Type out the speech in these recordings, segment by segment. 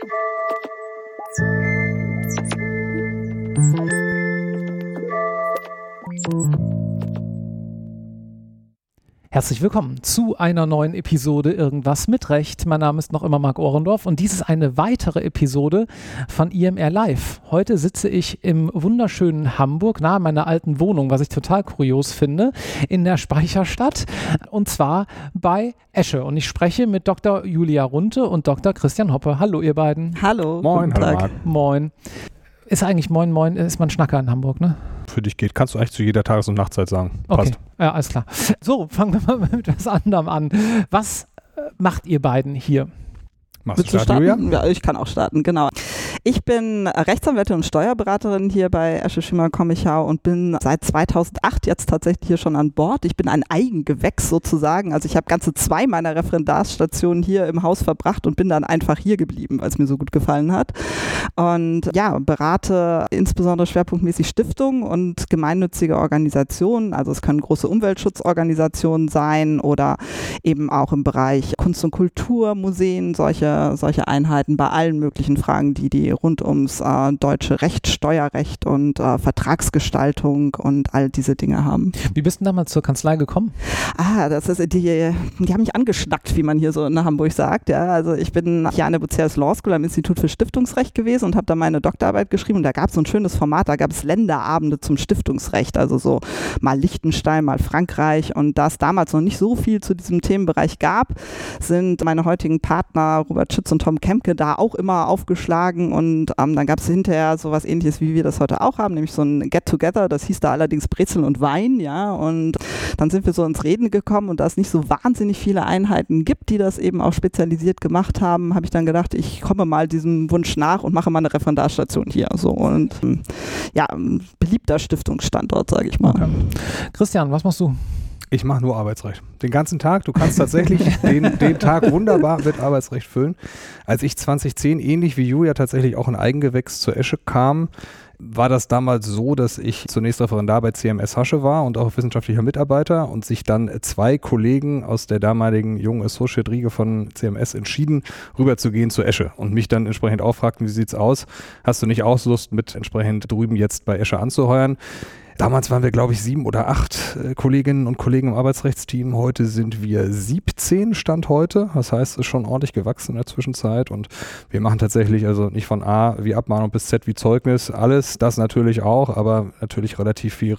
Herzlich willkommen zu einer neuen Episode Irgendwas mit Recht. Mein Name ist noch immer Marc Ohrendorf und dies ist eine weitere Episode von IMR Live. Heute sitze ich im wunderschönen Hamburg, nahe meiner alten Wohnung, was ich total kurios finde, in der Speicherstadt, und zwar bei Esche. Und ich spreche mit Dr. Julia Runte und Dr. Christian Hoppe. Hallo ihr beiden. Hallo. Moin, hallo Marc. Moin. Ist eigentlich Moin, ist man Schnacker in Hamburg, ne? Für dich geht, kannst du eigentlich zu jeder Tages- und Nachtzeit sagen. Okay, Passt. ja, alles klar. So, fangen wir mal mit etwas anderem an. Was macht ihr beiden hier? Machst du starten, Julia? Ja, ich kann auch starten, genau. Ich bin Rechtsanwältin und Steuerberaterin hier bei Esche Schimmer Kommichau und bin seit 2008 jetzt tatsächlich hier schon an Bord. Ich bin ein Eigengewächs sozusagen. Also ich habe ganze 2 meiner Referendarsstationen hier im Haus verbracht und bin dann einfach hier geblieben, weil es mir so gut gefallen hat. Und ja, berate insbesondere schwerpunktmäßig Stiftungen und gemeinnützige Organisationen. Also es können große Umweltschutzorganisationen sein oder eben auch im Bereich Kunst und Kultur, Museen, solche Einheiten bei allen möglichen Fragen, die rund ums deutsche Recht, Steuerrecht und Vertragsgestaltung und all diese Dinge haben. Wie bist du damals zur Kanzlei gekommen? Das ist die haben mich angeschnackt, wie man hier so in Hamburg sagt. Ja, also ich bin hier an der Bucerius Law School am Institut für Stiftungsrecht gewesen und habe da meine Doktorarbeit geschrieben. Und da gab es so ein schönes Format, da gab es Länderabende zum Stiftungsrecht, also so mal Liechtenstein, mal Frankreich. Und da es damals noch nicht so viel zu diesem Themenbereich gab, sind meine heutigen Partner Robert Schütz und Tom Kemke da auch immer aufgeschlagen. Und dann gab es hinterher sowas Ähnliches, wie wir das heute auch haben, nämlich so ein Get-Together, das hieß da allerdings Brezeln und Wein, ja, und dann sind wir so ins Reden gekommen und da es nicht so wahnsinnig viele Einheiten gibt, die das eben auch spezialisiert gemacht haben, habe ich dann gedacht, ich komme mal diesem Wunsch nach und mache mal eine Referendarstation hier, so, und ja, beliebter Stiftungsstandort, sage ich mal. Okay. Christian, was machst du? Ich mache nur Arbeitsrecht. Den ganzen Tag. Du kannst tatsächlich den Tag wunderbar mit Arbeitsrecht füllen. Als ich 2010, ähnlich wie Julia, tatsächlich auch ein Eigengewächs zur Esche kam, war das damals so, dass ich zunächst Referendar bei CMS Hasche war und auch wissenschaftlicher Mitarbeiter und sich dann 2 Kollegen aus der damaligen jungen Associate-Riege von CMS entschieden, rüberzugehen zur Esche und mich dann entsprechend auffragten, wie sieht's aus? Hast du nicht auch Lust, mit entsprechend drüben jetzt bei Esche anzuheuern? Damals waren wir, glaube ich, 7 oder 8 Kolleginnen und Kollegen im Arbeitsrechtsteam. Heute sind wir 17, Stand heute. Das heißt, es ist schon ordentlich gewachsen in der Zwischenzeit. Und wir machen tatsächlich also nicht von A wie Abmahnung bis Z wie Zeugnis. Alles, das natürlich auch, aber natürlich relativ viel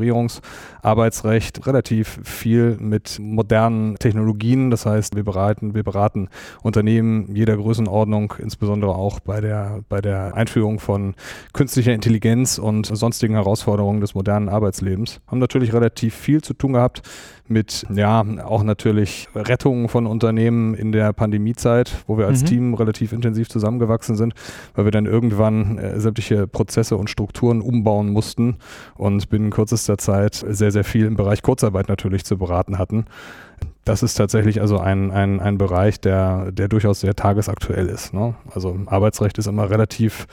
Restrukturierungsarbeitsrecht, relativ viel mit modernen Technologien. Das heißt, wir beraten Unternehmen jeder Größenordnung, insbesondere auch bei der Einführung von künstlicher Intelligenz und sonstigen Herausforderungen des modernen Arbeitslebens. Haben natürlich relativ viel zu tun gehabt mit, ja, auch natürlich Rettungen von Unternehmen in der Pandemiezeit, wo wir als Team relativ intensiv zusammengewachsen sind, weil wir dann irgendwann sämtliche Prozesse und Strukturen umbauen mussten und binnen kürzester Zeit sehr, sehr viel im Bereich Kurzarbeit natürlich zu beraten hatten. Das ist tatsächlich also ein Bereich, der durchaus sehr tagesaktuell ist, ne? Also Arbeitsrecht ist immer relativ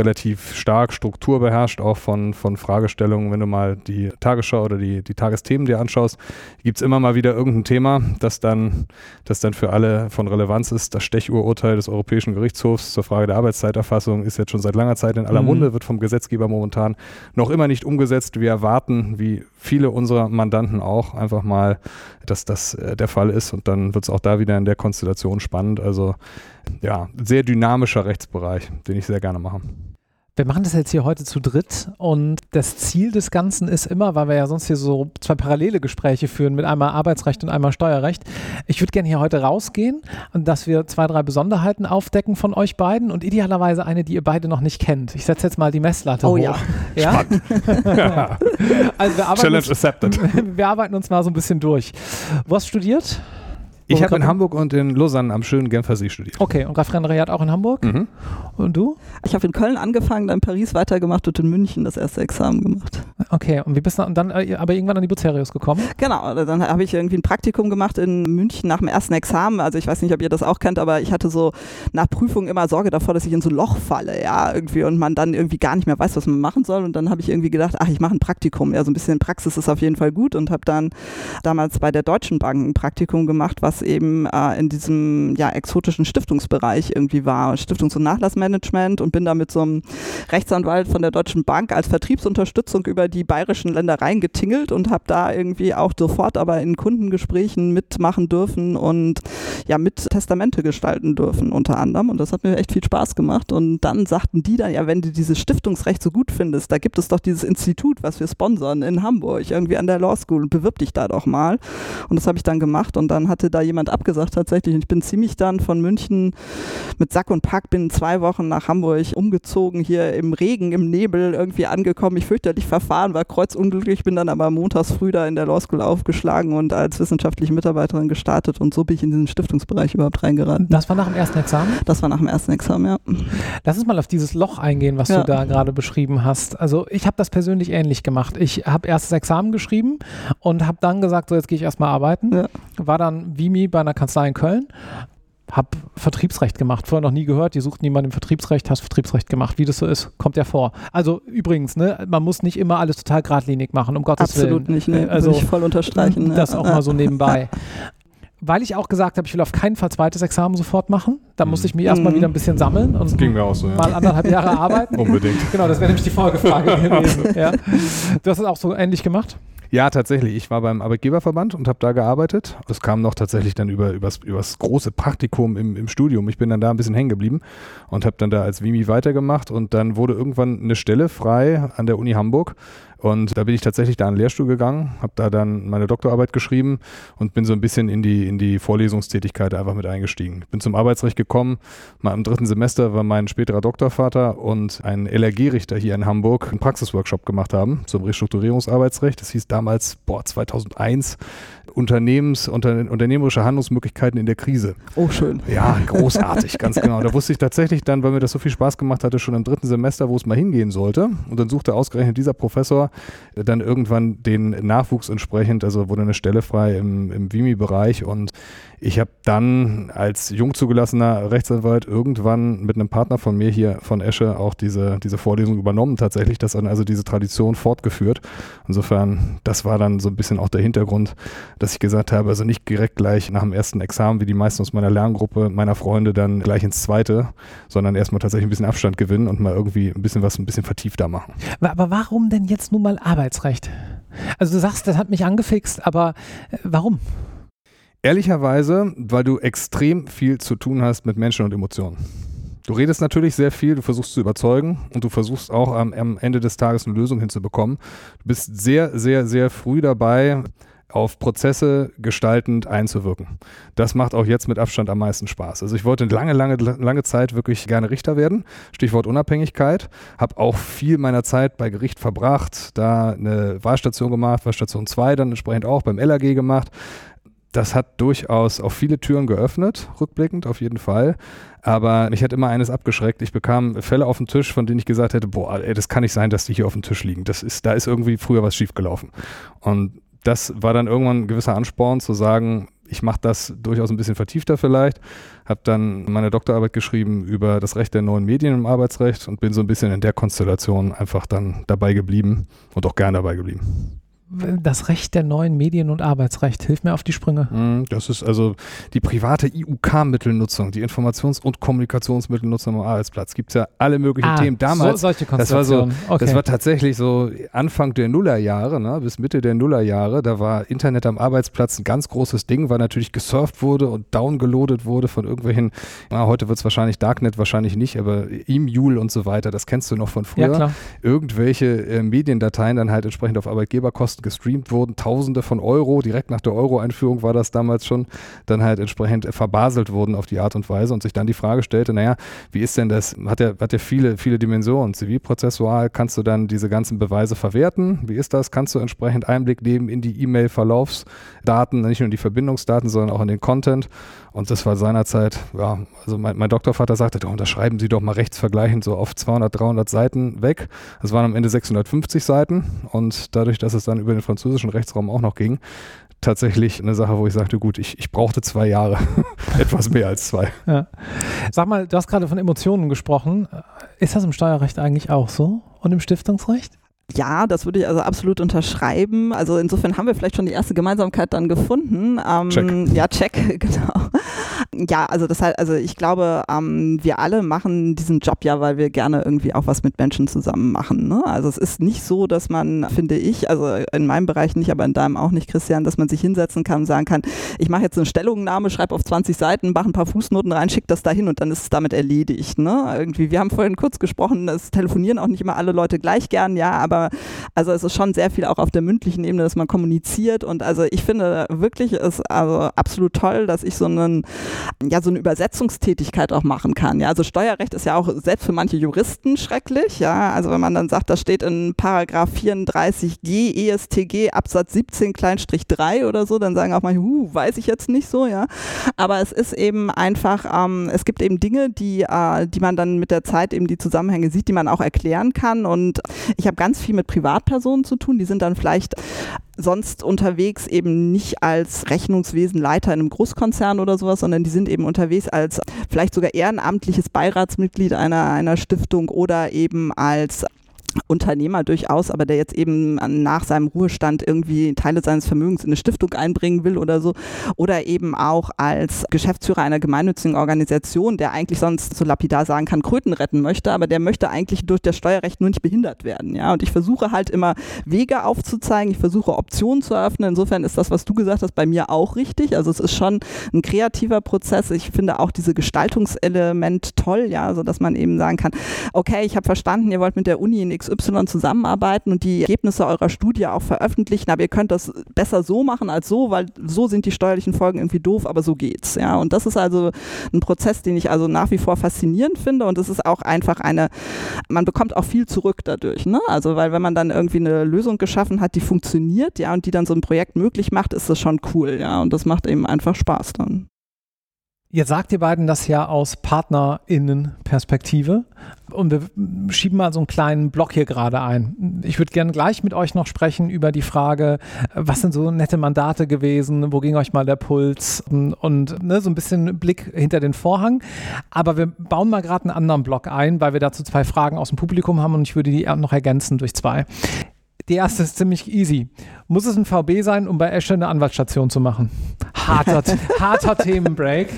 stark strukturbeherrscht, auch von Fragestellungen. Wenn du mal die Tagesschau oder die Tagesthemen dir anschaust, gibt es immer mal wieder irgendein Thema, das dann für alle von Relevanz ist. Das Stechuhrurteil des Europäischen Gerichtshofs zur Frage der Arbeitszeiterfassung ist jetzt schon seit langer Zeit in aller Munde, wird vom Gesetzgeber momentan noch immer nicht umgesetzt. Wir erwarten, wie viele unserer Mandanten auch, einfach mal, dass das der Fall ist, und dann wird es auch da wieder in der Konstellation spannend. Also ja, sehr dynamischer Rechtsbereich, den ich sehr gerne mache. Wir machen das jetzt hier heute zu dritt und das Ziel des Ganzen ist immer, weil wir ja sonst hier so 2 parallele Gespräche führen mit einmal Arbeitsrecht und einmal Steuerrecht. Ich würde gerne hier heute rausgehen und dass wir 2, 3 Besonderheiten aufdecken von euch beiden und idealerweise eine, die ihr beide noch nicht kennt. Ich setze jetzt mal die Messlatte hoch. Ja. Spannend. Also wir arbeiten uns mal so ein bisschen durch. Wo hast du studiert? Ich habe in Hamburg und in Lausanne am schönen Genfer See studiert. Okay, und Referendariat auch in Hamburg? Mhm. Und du? Ich habe in Köln angefangen, dann in Paris weitergemacht und in München das erste Examen gemacht. Okay, und wie bist du dann aber irgendwann an die Bucerius gekommen? Genau, dann habe ich irgendwie ein Praktikum gemacht in München nach dem ersten Examen. Also ich weiß nicht, ob ihr das auch kennt, aber ich hatte so nach Prüfungen immer Sorge davor, dass ich in so ein Loch falle, ja, irgendwie, und man dann irgendwie gar nicht mehr weiß, was man machen soll. Und dann habe ich irgendwie gedacht, ich mache ein Praktikum. Ja, so ein bisschen Praxis ist auf jeden Fall gut, und habe dann damals bei der Deutschen Bank ein Praktikum gemacht, was das eben in diesem exotischen Stiftungsbereich irgendwie war, Stiftungs- und Nachlassmanagement, und bin da mit so einem Rechtsanwalt von der Deutschen Bank als Vertriebsunterstützung über die bayerischen Ländereien getingelt und habe da irgendwie auch sofort aber in Kundengesprächen mitmachen dürfen und mit Testamente gestalten dürfen unter anderem, und das hat mir echt viel Spaß gemacht. Und dann sagten die dann, wenn du dieses Stiftungsrecht so gut findest, da gibt es doch dieses Institut, was wir sponsern in Hamburg, irgendwie an der Law School, bewirb dich da doch mal. Und das habe ich dann gemacht, und dann hatte da jemand abgesagt tatsächlich, und ich bin ziemlich dann von München mit Sack und Pack, bin 2 Wochen nach Hamburg umgezogen, hier im Regen, im Nebel irgendwie angekommen, ich fürchterlich verfahren, war kreuzunglücklich, bin dann aber montags früh da in der Law School aufgeschlagen und als wissenschaftliche Mitarbeiterin gestartet, und so bin ich in diesen Stiftungsbereich überhaupt reingeraten. Das war nach dem ersten Examen? Das war nach dem ersten Examen, ja. Lass uns mal auf dieses Loch eingehen, was du da gerade beschrieben hast. Also ich habe das persönlich ähnlich gemacht. Ich habe erstes Examen geschrieben und habe dann gesagt, so jetzt gehe ich erstmal arbeiten. Ja. War dann Vimy bei einer Kanzlei in Köln. Habe Vertriebsrecht gemacht, vorher noch nie gehört, die suchten jemanden im Vertriebsrecht, hast Vertriebsrecht gemacht, wie das so ist, kommt ja vor. Also übrigens, man muss nicht immer alles total geradlinig machen, um Gottes Willen. Absolut nicht, also würde ich voll unterstreichen. Das auch mal so nebenbei. Weil ich auch gesagt habe, ich will auf keinen Fall zweites Examen sofort machen. Da musste ich mich erstmal wieder ein bisschen sammeln und ging mir auch so, mal 1,5 Jahre arbeiten. Unbedingt. Genau, das wäre nämlich die Folgefrage gewesen. Ja. Du hast es auch so ähnlich gemacht? Ja, tatsächlich. Ich war beim Arbeitgeberverband und habe da gearbeitet. Das kam noch tatsächlich dann übers große Praktikum im Studium. Ich bin dann da ein bisschen hängen geblieben und habe dann da als Vimy weitergemacht, und dann wurde irgendwann eine Stelle frei an der Uni Hamburg. Und da bin ich tatsächlich da in den Lehrstuhl gegangen, habe da dann meine Doktorarbeit geschrieben und bin so ein bisschen in die Vorlesungstätigkeit einfach mit eingestiegen. Ich bin zum Arbeitsrecht gekommen, mal im 3. Semester war mein späterer Doktorvater und ein LRG-Richter hier in Hamburg einen Praxisworkshop gemacht haben zum Restrukturierungsarbeitsrecht. Das hieß damals, 2001, unternehmerische Handlungsmöglichkeiten in der Krise. Oh, schön. Ja, großartig, ganz genau. Da wusste ich tatsächlich dann, weil mir das so viel Spaß gemacht hatte, schon im 3. Semester, wo es mal hingehen sollte. Und dann suchte ausgerechnet dieser Professor dann irgendwann den Nachwuchs entsprechend, also wurde eine Stelle frei im Vimy-Bereich, und ich habe dann als jung zugelassener Rechtsanwalt irgendwann mit einem Partner von mir hier von Esche auch diese Vorlesung übernommen tatsächlich, das dann also diese Tradition fortgeführt. Insofern, das war dann so ein bisschen auch der Hintergrund, dass ich gesagt habe, also nicht direkt gleich nach dem ersten Examen, wie die meisten aus meiner Lerngruppe, meiner Freunde, dann gleich ins zweite, sondern erstmal tatsächlich ein bisschen Abstand gewinnen und mal irgendwie ein bisschen vertiefter machen. Aber warum denn jetzt nun mal Arbeitsrecht? Also du sagst, das hat mich angefixt, aber warum? Ehrlicherweise, weil du extrem viel zu tun hast mit Menschen und Emotionen. Du redest natürlich sehr viel, du versuchst zu überzeugen und du versuchst auch am Ende des Tages eine Lösung hinzubekommen. Du bist sehr, sehr, sehr früh dabei, auf Prozesse gestaltend einzuwirken. Das macht auch jetzt mit Abstand am meisten Spaß. Also ich wollte lange Zeit wirklich gerne Richter werden, Stichwort Unabhängigkeit, habe auch viel meiner Zeit bei Gericht verbracht, da eine Wahlstation gemacht, Wahlstation 2 dann entsprechend auch beim LAG gemacht. Das hat durchaus auch viele Türen geöffnet, rückblickend auf jeden Fall. Aber mich hat immer eines abgeschreckt. Ich bekam Fälle auf den Tisch, von denen ich gesagt hätte, das kann nicht sein, dass die hier auf dem Tisch liegen. Da ist irgendwie früher was schiefgelaufen. Und das war dann irgendwann ein gewisser Ansporn zu sagen, ich mache das durchaus ein bisschen vertiefter vielleicht. Habe dann meine Doktorarbeit geschrieben über das Recht der neuen Medien im Arbeitsrecht und bin so ein bisschen in der Konstellation einfach dann dabei geblieben und auch gern dabei geblieben. Das Recht der neuen Medien- und Arbeitsrecht. Hilf mir auf die Sprünge. Das ist also die private IUK-Mittelnutzung, die Informations- und Kommunikationsmittelnutzung am Arbeitsplatz. Gibt es ja alle möglichen Themen. Damals, solche Konstellationen. Das war tatsächlich so Anfang der Nullerjahre, ne, bis Mitte der Nullerjahre. Da war Internet am Arbeitsplatz ein ganz großes Ding, weil natürlich gesurft wurde und downgeloadet wurde von irgendwelchen, heute wird es wahrscheinlich Darknet, wahrscheinlich nicht, aber E-Mule und so weiter, das kennst du noch von früher. Ja, klar. Irgendwelche Mediendateien dann halt entsprechend auf Arbeitgeberkosten gestreamt wurden, Tausende von Euro, direkt nach der Euro-Einführung war das damals schon, dann halt entsprechend verbaselt wurden auf die Art und Weise und sich dann die Frage stellte, wie ist denn das, hat ja viele Dimensionen, zivilprozessual kannst du dann diese ganzen Beweise verwerten, wie ist das, kannst du entsprechend Einblick nehmen in die E-Mail-Verlaufsdaten, nicht nur in die Verbindungsdaten, sondern auch in den Content, und das war seinerzeit, also mein Doktorvater sagte, unterschreiben Sie doch mal rechtsvergleichend so auf 200, 300 Seiten weg, das waren am Ende 650 Seiten, und dadurch, dass es dann über den französischen Rechtsraum auch noch ging, tatsächlich eine Sache, wo ich sagte, gut, ich brauchte 2 Jahre, etwas mehr als 2. Ja. Sag mal, du hast gerade von Emotionen gesprochen. Ist das im Steuerrecht eigentlich auch so und im Stiftungsrecht? Ja, das würde ich also absolut unterschreiben. Also insofern haben wir vielleicht schon die erste Gemeinsamkeit dann gefunden. Check. Ja, check, genau. Ja, also das heißt, also ich glaube, wir alle machen diesen Job ja, weil wir gerne irgendwie auch was mit Menschen zusammen machen. Ne? Also es ist nicht so, dass man, finde ich, also in meinem Bereich nicht, aber in deinem auch nicht, Christian, dass man sich hinsetzen kann und sagen kann, ich mache jetzt eine Stellungnahme, schreibe auf 20 Seiten, mache ein paar Fußnoten rein, schicke das dahin und dann ist es damit erledigt. Ne? Irgendwie, wir haben vorhin kurz gesprochen, es telefonieren auch nicht immer alle Leute gleich gern, ja, aber also es ist schon sehr viel auch auf der mündlichen Ebene, dass man kommuniziert und also ich finde wirklich ist also absolut toll, dass ich so eine Übersetzungstätigkeit auch machen kann. Ja, also Steuerrecht ist ja auch selbst für manche Juristen schrecklich, ja, also wenn man dann sagt, das steht in Paragraph 34g EStG Absatz 17 Kleinstrich 3 oder so, dann sagen auch manche, weiß ich jetzt nicht so, ja, aber es ist eben einfach, es gibt eben Dinge, die man dann mit der Zeit eben die Zusammenhänge sieht, die man auch erklären kann und ich habe ganz viel mit Privatpersonen zu tun, die sind dann vielleicht sonst unterwegs eben nicht als Rechnungswesenleiter in einem Großkonzern oder sowas, sondern die sind eben unterwegs als vielleicht sogar ehrenamtliches Beiratsmitglied einer Stiftung oder eben als Unternehmer durchaus, aber der jetzt eben nach seinem Ruhestand irgendwie Teile seines Vermögens in eine Stiftung einbringen will oder so. Oder eben auch als Geschäftsführer einer gemeinnützigen Organisation, der eigentlich sonst so lapidar sagen kann, Kröten retten möchte, aber der möchte eigentlich durch das Steuerrecht nur nicht behindert werden. Ja? Und ich versuche halt immer Wege aufzuzeigen, ich versuche Optionen zu eröffnen. Insofern ist das, was du gesagt hast, bei mir auch richtig. Also es ist schon ein kreativer Prozess. Ich finde auch diese Gestaltungselement toll, ja, also dass man eben sagen kann, okay, ich habe verstanden, ihr wollt mit der Uni in XY zusammenarbeiten und die Ergebnisse eurer Studie auch veröffentlichen, aber ihr könnt das besser so machen als so, weil so sind die steuerlichen Folgen irgendwie doof, aber so geht's. Ja? Und das ist also ein Prozess, den ich also nach wie vor faszinierend finde und es ist auch einfach man bekommt auch viel zurück dadurch. Ne? Also weil wenn man dann irgendwie eine Lösung geschaffen hat, die funktioniert, ja, und die dann so ein Projekt möglich macht, ist das schon cool, ja, und das macht eben einfach Spaß dann. Jetzt sagt ihr beiden das ja aus PartnerInnen-Perspektive und wir schieben mal so einen kleinen Block hier gerade ein. Ich würde gerne gleich mit euch noch sprechen über die Frage, was sind so nette Mandate gewesen, wo ging euch mal der Puls und so ein bisschen Blick hinter den Vorhang. Aber wir bauen mal gerade einen anderen Block ein, weil wir dazu 2 Fragen aus dem Publikum haben und ich würde die noch ergänzen durch 2. Die erste ist ziemlich easy. Muss es ein VB sein, um bei Esche eine Anwaltsstation zu machen? Harter Themenbreak.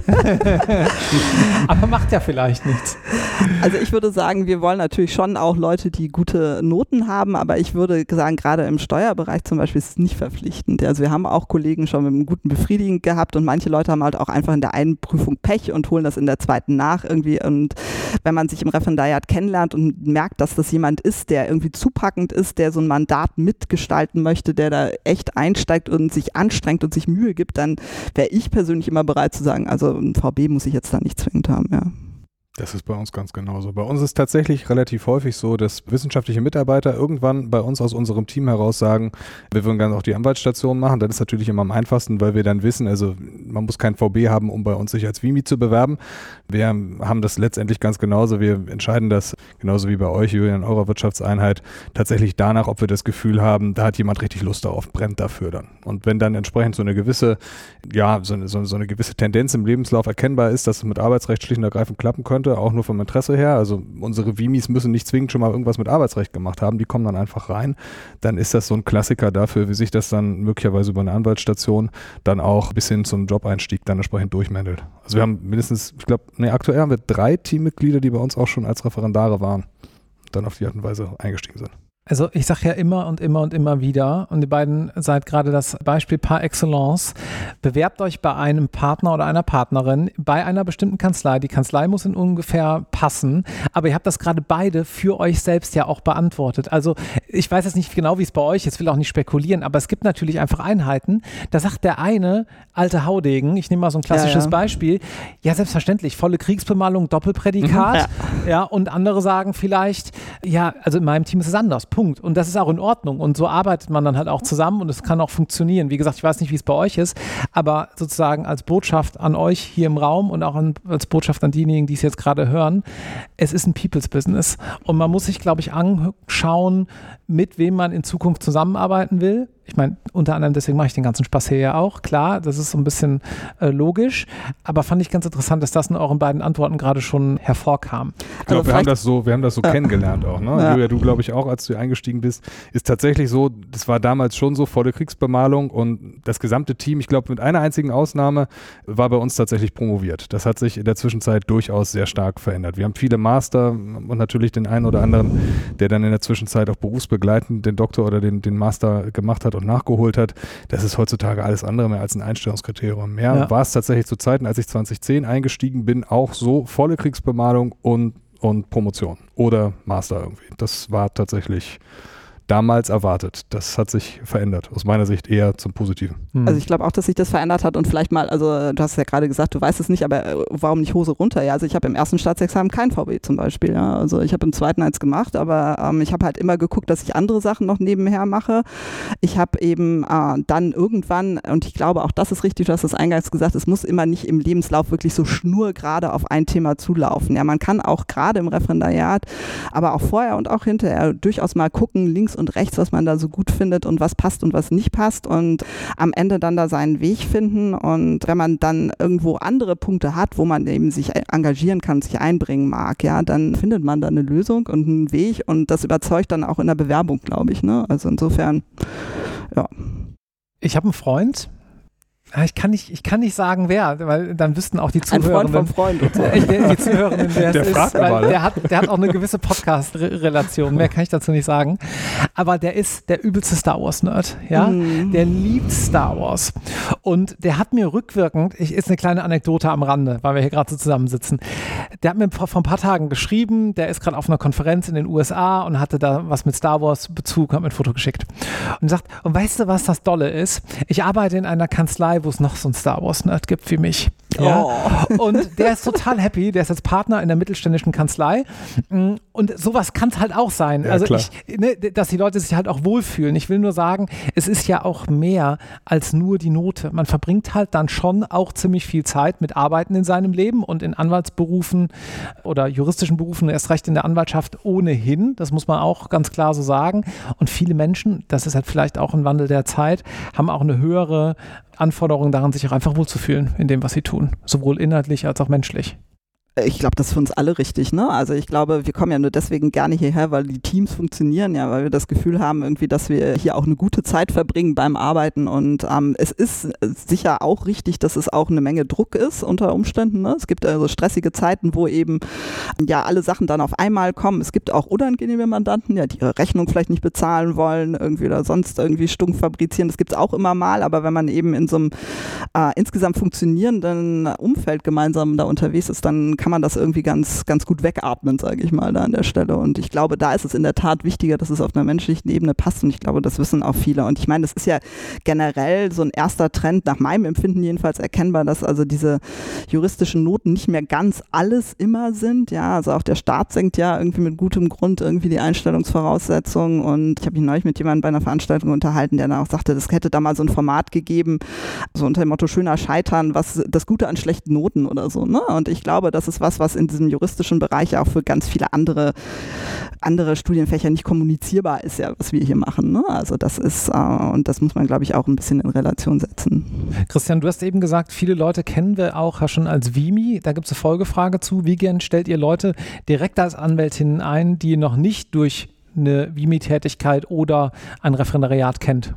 Aber macht ja vielleicht nichts. Also ich würde sagen, wir wollen natürlich schon auch Leute, die gute Noten haben, aber ich würde sagen, gerade im Steuerbereich zum Beispiel ist es nicht verpflichtend. Also wir haben auch Kollegen schon mit einem guten Befriedigen gehabt und manche Leute haben halt auch einfach in der einen Prüfung Pech und holen das in der zweiten nach irgendwie. Und wenn man sich im Referendariat kennenlernt und merkt, dass das jemand ist, der irgendwie zupackend ist, der so ein Mandat mitgestalten möchte, der da echt einsteigt und sich anstrengt und sich Mühe gibt, dann wäre ich persönlich immer bereit zu sagen, also ein VB muss ich jetzt da nicht zwingend haben, ja. Das ist bei uns ganz genauso. Bei uns ist tatsächlich relativ häufig so, dass wissenschaftliche Mitarbeiter irgendwann bei uns aus unserem Team heraus sagen, wir würden gerne auch die Anwaltsstation machen. Das ist natürlich immer am einfachsten, weil wir dann wissen, also man muss kein VB haben, um bei uns sich als VIMI zu bewerben. Wir haben das letztendlich ganz genauso. Wir entscheiden das, genauso wie bei euch, Julian, in eurer Wirtschaftseinheit, tatsächlich danach, ob wir das Gefühl haben, da hat jemand richtig Lust darauf, brennt dafür dann. Und wenn dann entsprechend so eine gewisse, so eine gewisse Tendenz im Lebenslauf erkennbar ist, dass es mit Arbeitsrecht schlicht und ergreifend klappen könnte, auch nur vom Interesse her, also unsere VIMIs müssen nicht zwingend schon mal irgendwas mit Arbeitsrecht gemacht haben, die kommen dann einfach rein, dann ist das so ein Klassiker dafür, wie sich das dann möglicherweise über eine Anwaltsstation dann auch bis hin zum Jobeinstieg dann entsprechend durchmendelt. Also wir haben mindestens, aktuell haben wir 3 Teammitglieder, die bei uns auch schon als Referendare waren, dann auf die Art und Weise eingestiegen sind. Also ich sage ja immer und immer und immer wieder, und ihr beiden seid gerade das Beispiel par excellence, bewerbt euch bei einem Partner oder einer Partnerin bei einer bestimmten Kanzlei. Die Kanzlei muss in ungefähr passen, aber ihr habt das gerade beide für euch selbst ja auch beantwortet. Also ich weiß jetzt nicht genau, wie es bei euch ist, will auch nicht spekulieren, aber es gibt natürlich einfach Einheiten, da sagt der eine, alte Haudegen, ich nehme mal so ein klassisches Beispiel, ja selbstverständlich, volle Kriegsbemalung, Doppelprädikat, ja, und andere sagen vielleicht, ja, also in meinem Team ist es anders. Punkt. Und das ist auch in Ordnung. Und so arbeitet man dann halt auch zusammen und es kann auch funktionieren. Wie gesagt, ich weiß nicht, wie es bei euch ist, aber sozusagen als Botschaft an euch hier im Raum und auch als Botschaft an diejenigen, die es jetzt gerade hören, es ist ein People's Business. Und man muss sich, glaube ich, anschauen, mit wem man in Zukunft zusammenarbeiten will. Ich meine, unter anderem deswegen mache ich den ganzen Spaß hier ja auch. Klar, das ist so ein bisschen logisch, aber fand ich ganz interessant, dass das in euren beiden Antworten gerade schon hervorkam. glaube, wir haben das so kennengelernt auch. Ne? Ja. Julia, du glaube ich auch, als du eingestiegen bist, ist tatsächlich so, das war damals schon so volle Kriegsbemalung und das gesamte Team, ich glaube mit einer einzigen Ausnahme, war bei uns tatsächlich promoviert. Das hat sich in der Zwischenzeit durchaus sehr stark verändert. Wir haben viele Master und natürlich den einen oder anderen, der dann in der Zwischenzeit auch berufsbegleitend den Doktor oder den Master gemacht hat und nachgeholt hat. Das ist heutzutage alles andere mehr als ein Einstellungskriterium. War es tatsächlich zu Zeiten, als ich 2010 eingestiegen bin, auch so volle Kriegsbemalung und Promotion oder Master irgendwie. Das war tatsächlich damals erwartet. Das hat sich verändert. Aus meiner Sicht eher zum Positiven. Also ich glaube auch, dass sich das verändert hat und vielleicht mal, also du hast ja gerade gesagt, du weißt es nicht, aber warum nicht Hose runter? Ja, also ich habe im ersten Staatsexamen kein VW zum Beispiel. Ja. Also ich habe im zweiten eins gemacht, aber ich habe halt immer geguckt, dass ich andere Sachen noch nebenher mache. Ich habe eben dann irgendwann, und ich glaube auch das ist richtig, du hast das eingangs gesagt, es muss immer nicht im Lebenslauf wirklich so schnurgerade auf ein Thema zulaufen. Ja, man kann auch gerade im Referendariat, aber auch vorher und auch hinterher durchaus mal gucken, links und rechts, was man da so gut findet und was passt und was nicht passt und am Ende dann da seinen Weg finden und wenn man dann irgendwo andere Punkte hat, wo man eben sich engagieren kann, sich einbringen mag, ja, dann findet man da eine Lösung und einen Weg und das überzeugt dann auch in der Bewerbung, glaube ich, ne? Also insofern, ja. Ich habe einen Freund, ich kann nicht sagen, wer, weil dann wüssten auch die Zuhörenden. Ein Freund vom Freund. Und so. Die Zuhörenden, wer es ist, weil der hat auch eine gewisse Podcast-Relation, mehr kann ich dazu nicht sagen. Aber der ist der übelste Star Wars-Nerd, ja. Der liebt Star Wars. Und der hat mir rückwirkend, ist eine kleine Anekdote am Rande, weil wir hier gerade so zusammensitzen. Der hat mir vor ein paar Tagen geschrieben, der ist gerade auf einer Konferenz in den USA und hatte da was mit Star Wars-Bezug, hat mir ein Foto geschickt. Und sagt, und weißt du, was das Dolle ist? Ich arbeite in einer Kanzlei, wo es noch so einen Star Wars-Nerd gibt wie mich. Ja? Oh. Und der ist total happy, der ist jetzt Partner in der mittelständischen Kanzlei und sowas kann es halt auch sein. Ja, also dass die Leute sich halt auch wohlfühlen. Ich will nur sagen, es ist ja auch mehr als nur die Note. Man verbringt halt dann schon auch ziemlich viel Zeit mit Arbeiten in seinem Leben und in Anwaltsberufen oder juristischen Berufen, erst recht in der Anwaltschaft ohnehin. Das muss man auch ganz klar so sagen. Und viele Menschen, das ist halt vielleicht auch ein Wandel der Zeit, haben auch eine höhere Anforderung daran, sich auch einfach wohlzufühlen in dem, was sie tun. Sowohl inhaltlich als auch menschlich. Ich glaube, das ist für uns alle richtig, ne? Also ich glaube, wir kommen ja nur deswegen gerne hierher, weil die Teams funktionieren, ja, weil wir das Gefühl haben irgendwie, dass wir hier auch eine gute Zeit verbringen beim Arbeiten und es ist sicher auch richtig, dass es auch eine Menge Druck ist unter Umständen, ne? Es gibt also stressige Zeiten, wo eben ja alle Sachen dann auf einmal kommen. Es gibt auch unangenehme Mandanten, ja, die ihre Rechnung vielleicht nicht bezahlen wollen irgendwie oder sonst irgendwie stunk fabrizieren. Das gibt es auch immer mal, aber wenn man eben in so einem insgesamt funktionierenden Umfeld gemeinsam da unterwegs ist, dann kann man das irgendwie ganz, ganz gut wegatmen, sage ich mal, da an der Stelle. Und ich glaube, da ist es in der Tat wichtiger, dass es auf einer menschlichen Ebene passt. Und ich glaube, das wissen auch viele. Und ich meine, das ist ja generell so ein erster Trend, nach meinem Empfinden jedenfalls erkennbar, dass also diese juristischen Noten nicht mehr ganz alles immer sind. Ja, also auch der Staat senkt ja irgendwie mit gutem Grund irgendwie die Einstellungsvoraussetzungen. Und ich habe mich neulich mit jemandem bei einer Veranstaltung unterhalten, der dann auch sagte, das hätte da mal so ein Format gegeben, so unter dem Motto schöner Scheitern, was das Gute an schlechten Noten oder so. Ne? Und ich glaube, das ist was in diesem juristischen Bereich auch für ganz viele andere Studienfächer nicht kommunizierbar ist, ja, was wir hier machen. Ne? Also das ist, und das muss man, glaube ich, auch ein bisschen in Relation setzen. Christian, du hast eben gesagt, viele Leute kennen wir auch ja schon als Vimi. Da gibt es eine Folgefrage zu. Wie gern stellt ihr Leute direkt als Anwältinnen ein, die ihr noch nicht durch eine Vimi-Tätigkeit oder ein Referendariat kennt?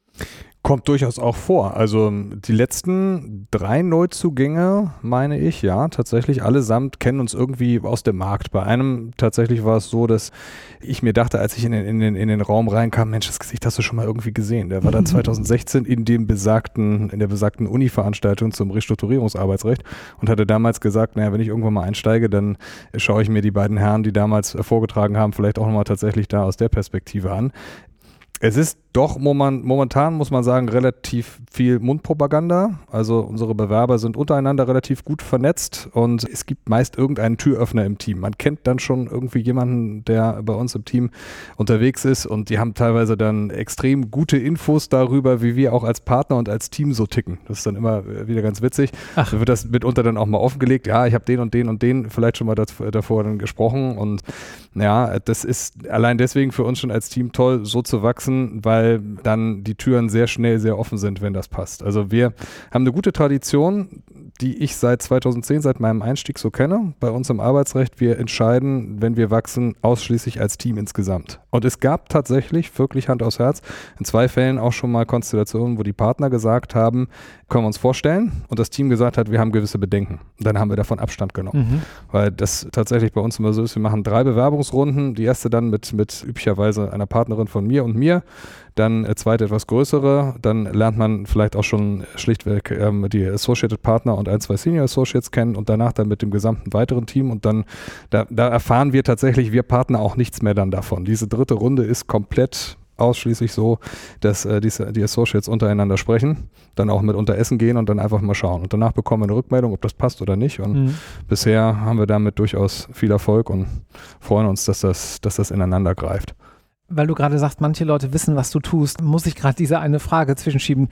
Kommt durchaus auch vor. Also die letzten 3 Neuzugänge, meine ich, ja, tatsächlich allesamt kennen uns irgendwie aus dem Markt. Bei einem tatsächlich war es so, dass ich mir dachte, als ich in den Raum reinkam, Mensch, das Gesicht hast du schon mal irgendwie gesehen. Der war dann 2016 in der besagten Uni-Veranstaltung zum Restrukturierungsarbeitsrecht und hatte damals gesagt, naja, wenn ich irgendwann mal einsteige, dann schaue ich mir die beiden Herren, die damals vorgetragen haben, vielleicht auch nochmal tatsächlich da aus der Perspektive an. Es ist doch momentan, muss man sagen, relativ viel Mundpropaganda. Also unsere Bewerber sind untereinander relativ gut vernetzt und es gibt meist irgendeinen Türöffner im Team. Man kennt dann schon irgendwie jemanden, der bei uns im Team unterwegs ist und die haben teilweise dann extrem gute Infos darüber, wie wir auch als Partner und als Team so ticken. Das ist dann immer wieder ganz witzig. Da wird das mitunter dann auch mal offengelegt. Ja, ich habe den und den und den vielleicht schon mal davor dann gesprochen und ja, das ist allein deswegen für uns schon als Team toll, so zu wachsen, weil dann die Türen sehr schnell sehr offen sind, wenn das passt. Also wir haben eine gute Tradition, die ich seit 2010, seit meinem Einstieg so kenne, bei uns im Arbeitsrecht. Wir entscheiden, wenn wir wachsen, ausschließlich als Team insgesamt. Und es gab tatsächlich, wirklich Hand aufs Herz, in 2 Fällen auch schon mal Konstellationen, wo die Partner gesagt haben, können wir uns vorstellen, und das Team gesagt hat, wir haben gewisse Bedenken. Und dann haben wir davon Abstand genommen. Weil das tatsächlich bei uns immer so ist, wir machen 3 Bewerbungsrunden, die erste dann mit üblicherweise einer Partnerin von mir und mir, dann eine zweite etwas größere, dann lernt man vielleicht auch schon schlichtweg die Associated Partner und 1, 2 Senior Associates kennen und danach dann mit dem gesamten weiteren Team, und dann da erfahren wir tatsächlich, wir Partner auch nichts mehr dann davon. Diese 3. Runde ist komplett ausschließlich so, dass die Associates untereinander sprechen, dann auch mitunter essen gehen und dann einfach mal schauen. Und danach bekommen wir eine Rückmeldung, ob das passt oder nicht. Und bisher haben wir damit durchaus viel Erfolg und freuen uns, dass das ineinander greift. Weil du gerade sagst, manche Leute wissen, was du tust, muss ich gerade diese eine Frage zwischenschieben.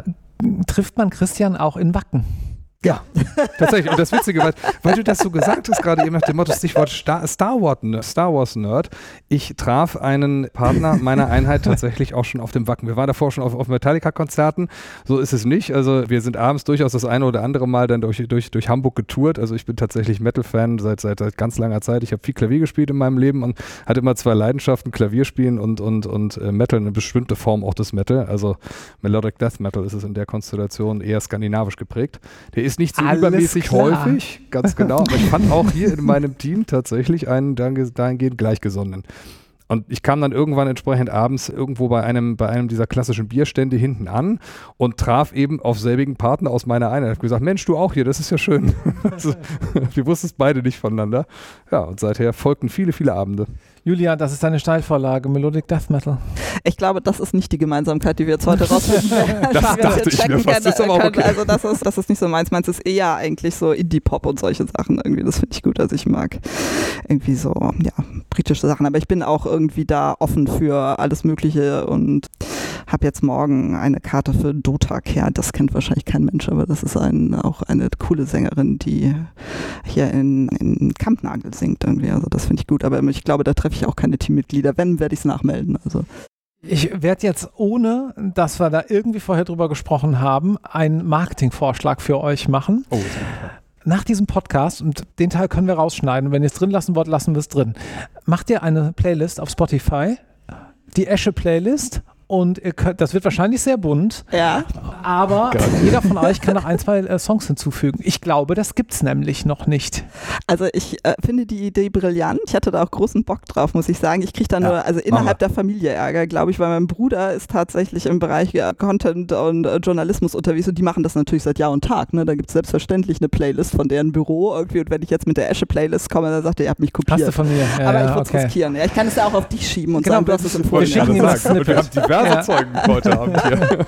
Trifft man Christian auch in Wacken? Ja, tatsächlich. Und das Witzige, weil du das so gesagt hast, gerade eben nach dem Motto Stichwort Star Wars Nerd. Ich traf einen Partner meiner Einheit tatsächlich auch schon auf dem Wacken. Wir waren davor schon auf Metallica-Konzerten. So ist es nicht. Also wir sind abends durchaus das eine oder andere Mal dann durch Hamburg getourt. Also ich bin tatsächlich Metal-Fan seit ganz langer Zeit. Ich habe viel Klavier gespielt in meinem Leben und hatte immer 2 Leidenschaften, Klavierspielen und Metal, eine bestimmte Form auch des Metal. Also Melodic Death Metal ist es in der Konstellation eher skandinavisch geprägt. Der ist nicht so übermäßig häufig, ganz genau, aber ich fand auch hier in meinem Team tatsächlich einen dahingehend Gleichgesonnenen. Und ich kam dann irgendwann entsprechend abends irgendwo bei einem dieser klassischen Bierstände hinten an und traf eben auf selbigen Partner aus meiner Einheit. Ich habe gesagt, Mensch, du auch hier, das ist ja schön. Also, wir wussten es beide nicht voneinander. Ja, und seither folgten viele, viele Abende. Julia, das ist deine Steilvorlage, Melodic Death Metal. Ich glaube, das ist nicht die Gemeinsamkeit, die wir jetzt heute rausfinden. Das dachte ich mir fast, ist aber auch okay. Also das ist nicht so meins. Meins ist eher eigentlich so Indie-Pop und solche Sachen irgendwie. Das finde ich gut. Also ich mag irgendwie so, ja, britische Sachen. Aber ich bin auch irgendwie da offen für alles Mögliche und habe jetzt morgen eine Karte für Dota Care. Das kennt wahrscheinlich kein Mensch, aber das ist auch eine coole Sängerin, die hier in Kampnagel singt irgendwie. Also das finde ich gut. Aber ich glaube, da treffe ich auch keine Teammitglieder. Wenn, werde ich es nachmelden. Also. Ich werde jetzt, ohne dass wir da irgendwie vorher drüber gesprochen haben, einen Marketingvorschlag für euch machen. Oh, nach diesem Podcast, und den Teil können wir rausschneiden, wenn ihr es drin lassen wollt, lassen wir es drin. Macht ihr eine Playlist auf Spotify, die Esche-Playlist, und das wird wahrscheinlich sehr bunt, ja. Aber jeder von euch kann noch 1, 2 Songs hinzufügen. Ich glaube, das gibt es nämlich noch nicht. Also ich finde die Idee brillant. Ich hatte da auch großen Bock drauf, muss ich sagen. Ich kriege da nur, also innerhalb der Familie Ärger, glaube ich, weil mein Bruder ist tatsächlich im Bereich Content und Journalismus unterwegs und die machen das natürlich seit Jahr und Tag. Ne? Da gibt es selbstverständlich eine Playlist von deren Büro irgendwie, und wenn ich jetzt mit der Esche-Playlist komme, dann sagt er, ihr habt mich kopiert. Hast du von mir? Ja, aber ich würde es riskieren. Ja, ich kann es ja auch auf dich schieben und genau, sagen, du hast es empfohlen. Wir schicken ihm das und wir haben diverse Zeugen heute Abend hier.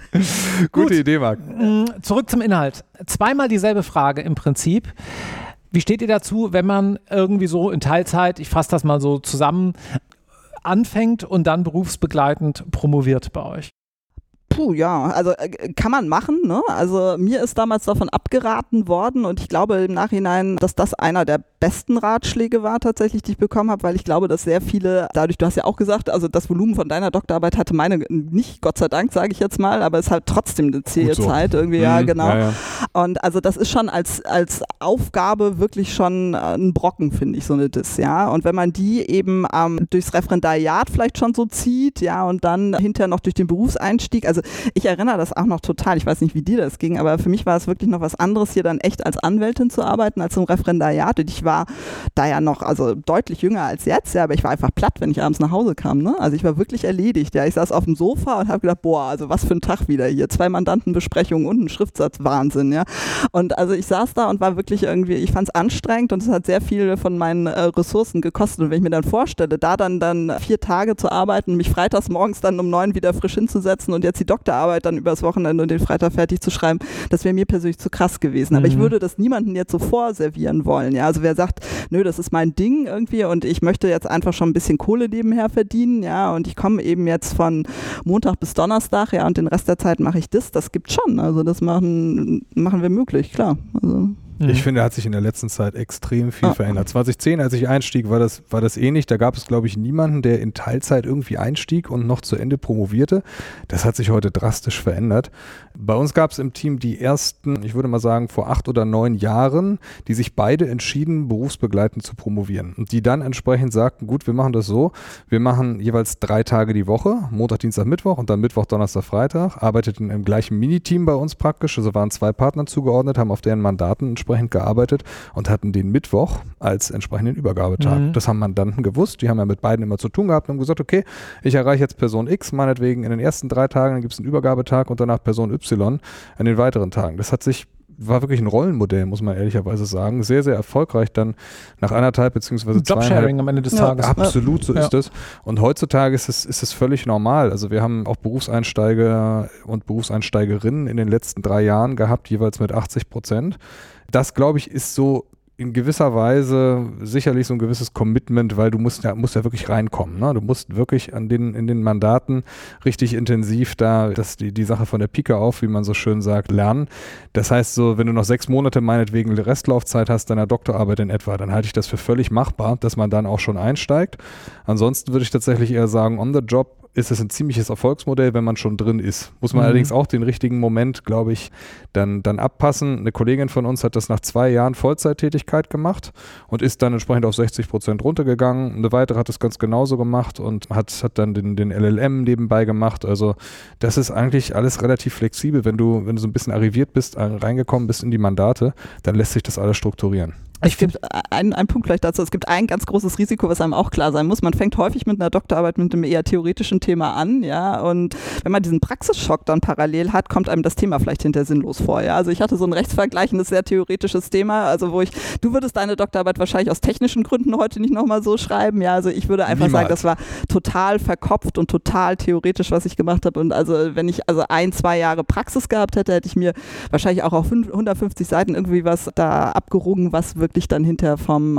Gute Idee, Marc. Zurück zum Inhalt. 2-mal dieselbe Frage im Prinzip. Wie steht ihr dazu, wenn man irgendwie so in Teilzeit, ich fasse das mal so zusammen, anfängt und dann berufsbegleitend promoviert bei euch? Puh, ja, also kann man machen, ne? Also mir ist damals davon abgeraten worden und ich glaube im Nachhinein, dass das einer der besten Ratschläge war tatsächlich, die ich bekommen habe, weil ich glaube, dass sehr viele, dadurch, du hast ja auch gesagt, also das Volumen von deiner Doktorarbeit hatte meine nicht, Gott sei Dank, sage ich jetzt mal, aber es ist halt trotzdem eine zähe Zeit irgendwie, ja, genau. Ja. Und also das ist schon als Aufgabe wirklich schon ein Brocken, finde ich, so eine Diss, ja. Und wenn man die eben durchs Referendariat vielleicht schon so zieht, ja, und dann hinterher noch durch den Berufseinstieg, also ich erinnere das auch noch total, ich weiß nicht, wie dir das ging, aber für mich war es wirklich noch was anderes, hier dann echt als Anwältin zu arbeiten, als im Referendariat. Und ich war da ja noch, also deutlich jünger als jetzt, ja, aber ich war einfach platt, wenn ich abends nach Hause kam, ne? Also ich war wirklich erledigt, ja. Ich saß auf dem Sofa und habe gedacht, boah, also was für ein Tag wieder hier, 2 Mandantenbesprechungen und ein Schriftsatz, Wahnsinn, ja. Und also ich saß da und war wirklich irgendwie, ich fand es anstrengend und es hat sehr viel von meinen Ressourcen gekostet. Und wenn ich mir dann vorstelle, da dann 4 Tage zu arbeiten, mich freitags morgens dann um 9 wieder frisch hinzusetzen und jetzt die Doktorarbeit dann übers Wochenende und den Freitag fertig zu schreiben, das wäre mir persönlich zu krass gewesen. Aber ich würde das niemandem jetzt so vorservieren wollen, ja. Also wer sagt, nö, das ist mein Ding irgendwie und ich möchte jetzt einfach schon ein bisschen Kohle nebenher verdienen, ja, und ich komme eben jetzt von Montag bis Donnerstag, ja, und den Rest der Zeit mache ich das gibt's schon. Also das machen wir möglich, klar. Also Ich finde, da hat sich in der letzten Zeit extrem viel verändert. 2010, als ich einstieg, war das ähnlich. Da gab es, glaube ich, niemanden, der in Teilzeit irgendwie einstieg und noch zu Ende promovierte. Das hat sich heute drastisch verändert. Bei uns gab es im Team die ersten, ich würde mal sagen, vor 8 oder 9 Jahren, die sich beide entschieden, berufsbegleitend zu promovieren. Und die dann entsprechend sagten, gut, wir machen das so, wir machen jeweils 3 Tage die Woche, Montag, Dienstag, Mittwoch und dann Mittwoch, Donnerstag, Freitag, arbeiteten im gleichen Miniteam bei uns praktisch, also waren 2 Partner zugeordnet, haben auf deren Mandaten entsprechend gearbeitet und hatten den Mittwoch als entsprechenden Übergabetag. Das haben Mandanten gewusst, die haben ja mit beiden immer zu tun gehabt und haben gesagt, okay, ich erreiche jetzt Person X, meinetwegen in den ersten 3 Tagen, dann gibt es einen Übergabetag und danach Person Y an den weiteren Tagen. Das war wirklich ein Rollenmodell, muss man ehrlicherweise sagen. Sehr, sehr erfolgreich dann nach 1,5 bzw. Jobsharing am Ende des Tages. Absolut, so ist es. Und heutzutage ist es völlig normal. Also wir haben auch Berufseinsteiger und Berufseinsteigerinnen in den letzten 3 Jahren gehabt, jeweils mit 80%. Das, glaube ich, ist so in gewisser Weise sicherlich so ein gewisses Commitment, weil du musst ja wirklich reinkommen. Ne? Du musst wirklich in den Mandaten richtig intensiv die Sache von der Pike auf, wie man so schön sagt, lernen. Das heißt so, wenn du noch 6 Monate meinetwegen Restlaufzeit hast deiner Doktorarbeit in etwa, dann halte ich das für völlig machbar, dass man dann auch schon einsteigt. Ansonsten würde ich tatsächlich eher sagen, on the job ist es ein ziemliches Erfolgsmodell, wenn man schon drin ist. Muss man allerdings auch den richtigen Moment, glaube ich, dann abpassen. Eine Kollegin von uns hat das nach 2 Jahren Vollzeittätigkeit gemacht und ist dann entsprechend auf 60% runtergegangen. Eine weitere hat es ganz genauso gemacht und hat dann den LLM nebenbei gemacht. Also das ist eigentlich alles relativ flexibel. Wenn du so ein bisschen arriviert bist, reingekommen bist in die Mandate, dann lässt sich das alles strukturieren. Es gibt einen Punkt vielleicht dazu. Es gibt ein ganz großes Risiko, was einem auch klar sein muss. Man fängt häufig mit einer Doktorarbeit mit einem eher theoretischen Thema an, ja, und wenn man diesen Praxisschock dann parallel hat, kommt einem das Thema vielleicht hinterher sinnlos vor, ja. Also ich hatte so ein rechtsvergleichendes, sehr theoretisches Thema, also du würdest deine Doktorarbeit wahrscheinlich aus technischen Gründen heute nicht nochmal so schreiben, ja, also ich würde einfach sagen, das war total verkopft und total theoretisch, was ich gemacht habe, und also wenn ich 1-2 Jahre Praxis gehabt hätte, hätte ich mir wahrscheinlich auch auf 150 Seiten irgendwie was da abgerungen, was wirklich dann hinterher von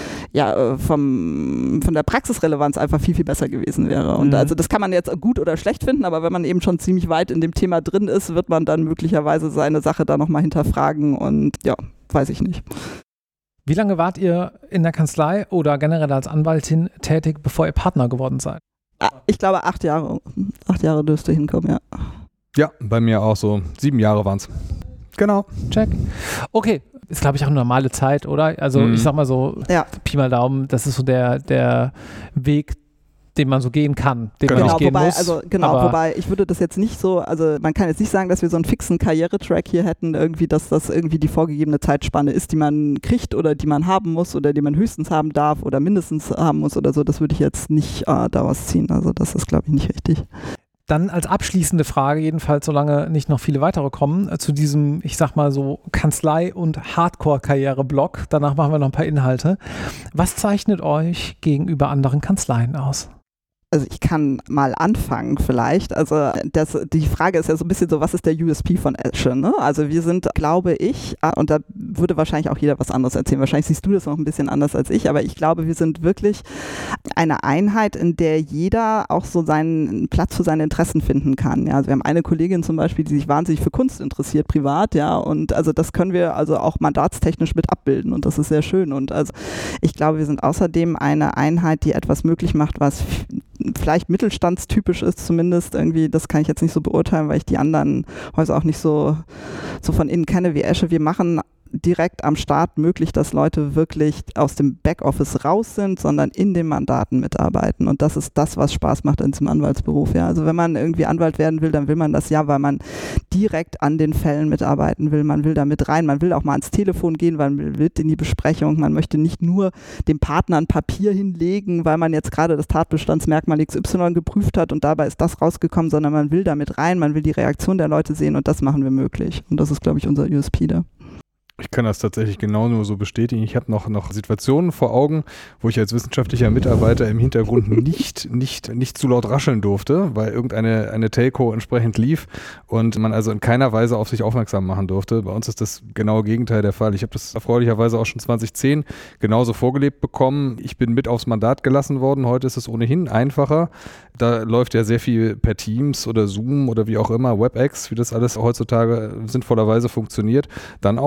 der Praxisrelevanz einfach viel, viel besser gewesen wäre. Und also das kann man jetzt gut oder schlecht finden, aber wenn man eben schon ziemlich weit in dem Thema drin ist, wird man dann möglicherweise seine Sache da nochmal hinterfragen und ja, weiß ich nicht. Wie lange wart ihr in der Kanzlei oder generell als Anwaltin tätig, bevor ihr Partner geworden seid? Ich glaube 8 Jahre. 8 Jahre dürfte hinkommen, ja. Ja, bei mir auch so 7 Jahre waren es. Genau. Check. Okay. Ist, glaube ich, auch eine normale Zeit, oder? Also ich sag mal so, Pi mal Daumen, das ist so der Weg, den man so gehen kann, den man nicht gehen muss. Wobei ich würde das jetzt nicht so, also man kann jetzt nicht sagen, dass wir so einen fixen Karrieretrack hier hätten, irgendwie, dass das irgendwie die vorgegebene Zeitspanne ist, die man kriegt oder die man haben muss oder die man höchstens haben darf oder mindestens haben muss oder so. Das würde ich jetzt nicht daraus ziehen. Also das ist, glaube ich, nicht richtig. Dann als abschließende Frage, jedenfalls solange nicht noch viele weitere kommen, zu diesem, ich sag mal so, Kanzlei- und Hardcore-Karriere-Block. Danach machen wir noch ein paar Inhalte. Was zeichnet euch gegenüber anderen Kanzleien aus? Also ich kann mal anfangen vielleicht. Also die Frage ist ja so ein bisschen so, was ist der USP von Esche? Ne? Also wir sind, glaube ich, und da würde wahrscheinlich auch jeder was anderes erzählen. Wahrscheinlich siehst du das noch ein bisschen anders als ich, aber ich glaube, wir sind wirklich eine Einheit, in der jeder auch so seinen Platz für seine Interessen finden kann. Ja? Also wir haben eine Kollegin zum Beispiel, die sich wahnsinnig für Kunst interessiert, privat, ja, und also das können wir also auch mandatstechnisch mit abbilden und das ist sehr schön. Und also ich glaube, wir sind außerdem eine Einheit, die etwas möglich macht, was vielleicht mittelstandstypisch ist zumindest irgendwie, das kann ich jetzt nicht so beurteilen, weil ich die anderen Häuser auch nicht so von innen kenne wie Esche. Wir machen direkt am Start möglich, dass Leute wirklich aus dem Backoffice raus sind, sondern in den Mandaten mitarbeiten. Und das ist das, was Spaß macht in diesem Anwaltsberuf. Ja. Also wenn man irgendwie Anwalt werden will, dann will man das ja, weil man direkt an den Fällen mitarbeiten will. Man will da mit rein, man will auch mal ans Telefon gehen, weil man will in die Besprechung. Man möchte nicht nur dem Partner ein Papier hinlegen, weil man jetzt gerade das Tatbestandsmerkmal XY geprüft hat und dabei ist das rausgekommen, sondern man will da mit rein, man will die Reaktion der Leute sehen und das machen wir möglich. Und das ist, glaube ich, unser USP da. Ich kann das tatsächlich genau nur so bestätigen. Ich habe noch Situationen vor Augen, wo ich als wissenschaftlicher Mitarbeiter im Hintergrund nicht zu laut rascheln durfte, weil irgendeine Telco entsprechend lief und man also in keiner Weise auf sich aufmerksam machen durfte. Bei uns ist das genaue Gegenteil der Fall. Ich habe das erfreulicherweise auch schon 2010 genauso vorgelebt bekommen. Ich bin mit aufs Mandat gelassen worden. Heute ist es ohnehin einfacher. Da läuft ja sehr viel per Teams oder Zoom oder wie auch immer, WebEx, wie das alles heutzutage sinnvollerweise funktioniert. Dann auch so,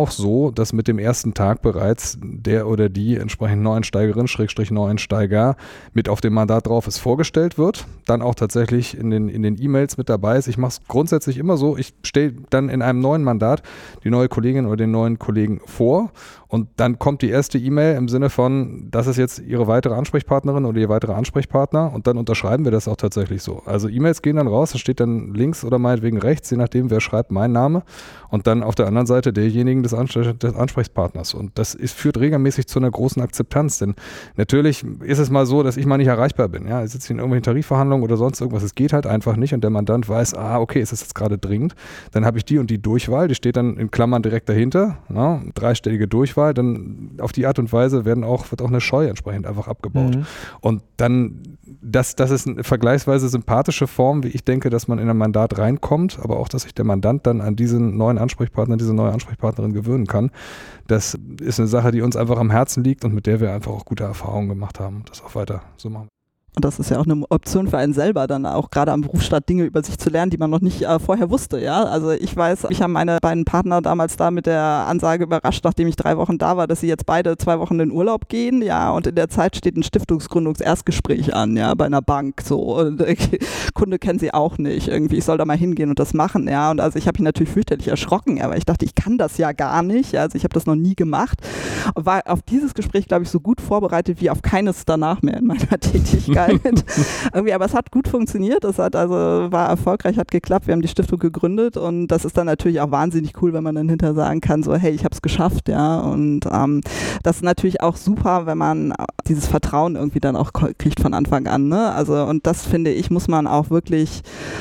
so, dass mit dem ersten Tag bereits der oder die entsprechend Neueinsteigerin, Neueinsteiger mit auf dem Mandat drauf ist, vorgestellt wird, dann auch tatsächlich in den E-Mails mit dabei ist. Ich mache es grundsätzlich immer so, ich stelle dann in einem neuen Mandat die neue Kollegin oder den neuen Kollegen vor und dann kommt die erste E-Mail im Sinne von, das ist jetzt Ihre weitere Ansprechpartnerin oder Ihr weiterer Ansprechpartner und dann unterschreiben wir das auch tatsächlich so. Also E-Mails gehen dann raus, da steht dann links oder meinetwegen rechts, je nachdem, wer schreibt, mein Name und dann auf der anderen Seite derjenigen des Ansprechpartners. Und das führt regelmäßig zu einer großen Akzeptanz, denn natürlich ist es mal so, dass ich mal nicht erreichbar bin. Ja, ich sitze in irgendwelchen Tarifverhandlungen oder sonst irgendwas, es geht halt einfach nicht und der Mandant weiß, okay, ist das jetzt gerade dringend, dann habe ich die und die Durchwahl, die steht dann in Klammern direkt dahinter, na, 3-stellige Durchwahl, dann auf die Art und Weise wird auch eine Scheu entsprechend einfach abgebaut. Und dann, das ist eine vergleichsweise sympathische Form, wie ich denke, dass man in ein Mandat reinkommt, aber auch, dass sich der Mandant dann an diesen neuen Ansprechpartner, diese neue Ansprechpartnerin gewöhnen kann. Das ist eine Sache, die uns einfach am Herzen liegt und mit der wir einfach auch gute Erfahrungen gemacht haben, das auch weiter so machen. Und das ist ja auch eine Option für einen selber, dann auch gerade am Berufsstart Dinge über sich zu lernen, die man noch nicht vorher wusste. Ja, also ich weiß, ich habe meine beiden Partner damals da mit der Ansage überrascht, nachdem ich 3 Wochen da war, dass sie jetzt beide 2 Wochen in Urlaub gehen. Ja, und in der Zeit steht ein Stiftungsgründungserstgespräch an, ja, bei einer Bank. So, und Kunde kennen sie auch nicht. Irgendwie, ich soll da mal hingehen und das machen. Ja, und also ich habe mich natürlich fürchterlich erschrocken, ja, weil ich dachte, ich kann das ja gar nicht. Also ich habe das noch nie gemacht. Und war auf dieses Gespräch, glaube ich, so gut vorbereitet wie auf keines danach mehr in meiner Tätigkeit. Irgendwie, aber es hat gut funktioniert, war erfolgreich, hat geklappt, wir haben die Stiftung gegründet und das ist dann natürlich auch wahnsinnig cool, wenn man dann hinterher sagen kann, so hey, ich habe es geschafft, ja, und das ist natürlich auch super, wenn man dieses Vertrauen irgendwie dann auch kriegt von Anfang an, ne, also und das finde ich, muss man auch wirklich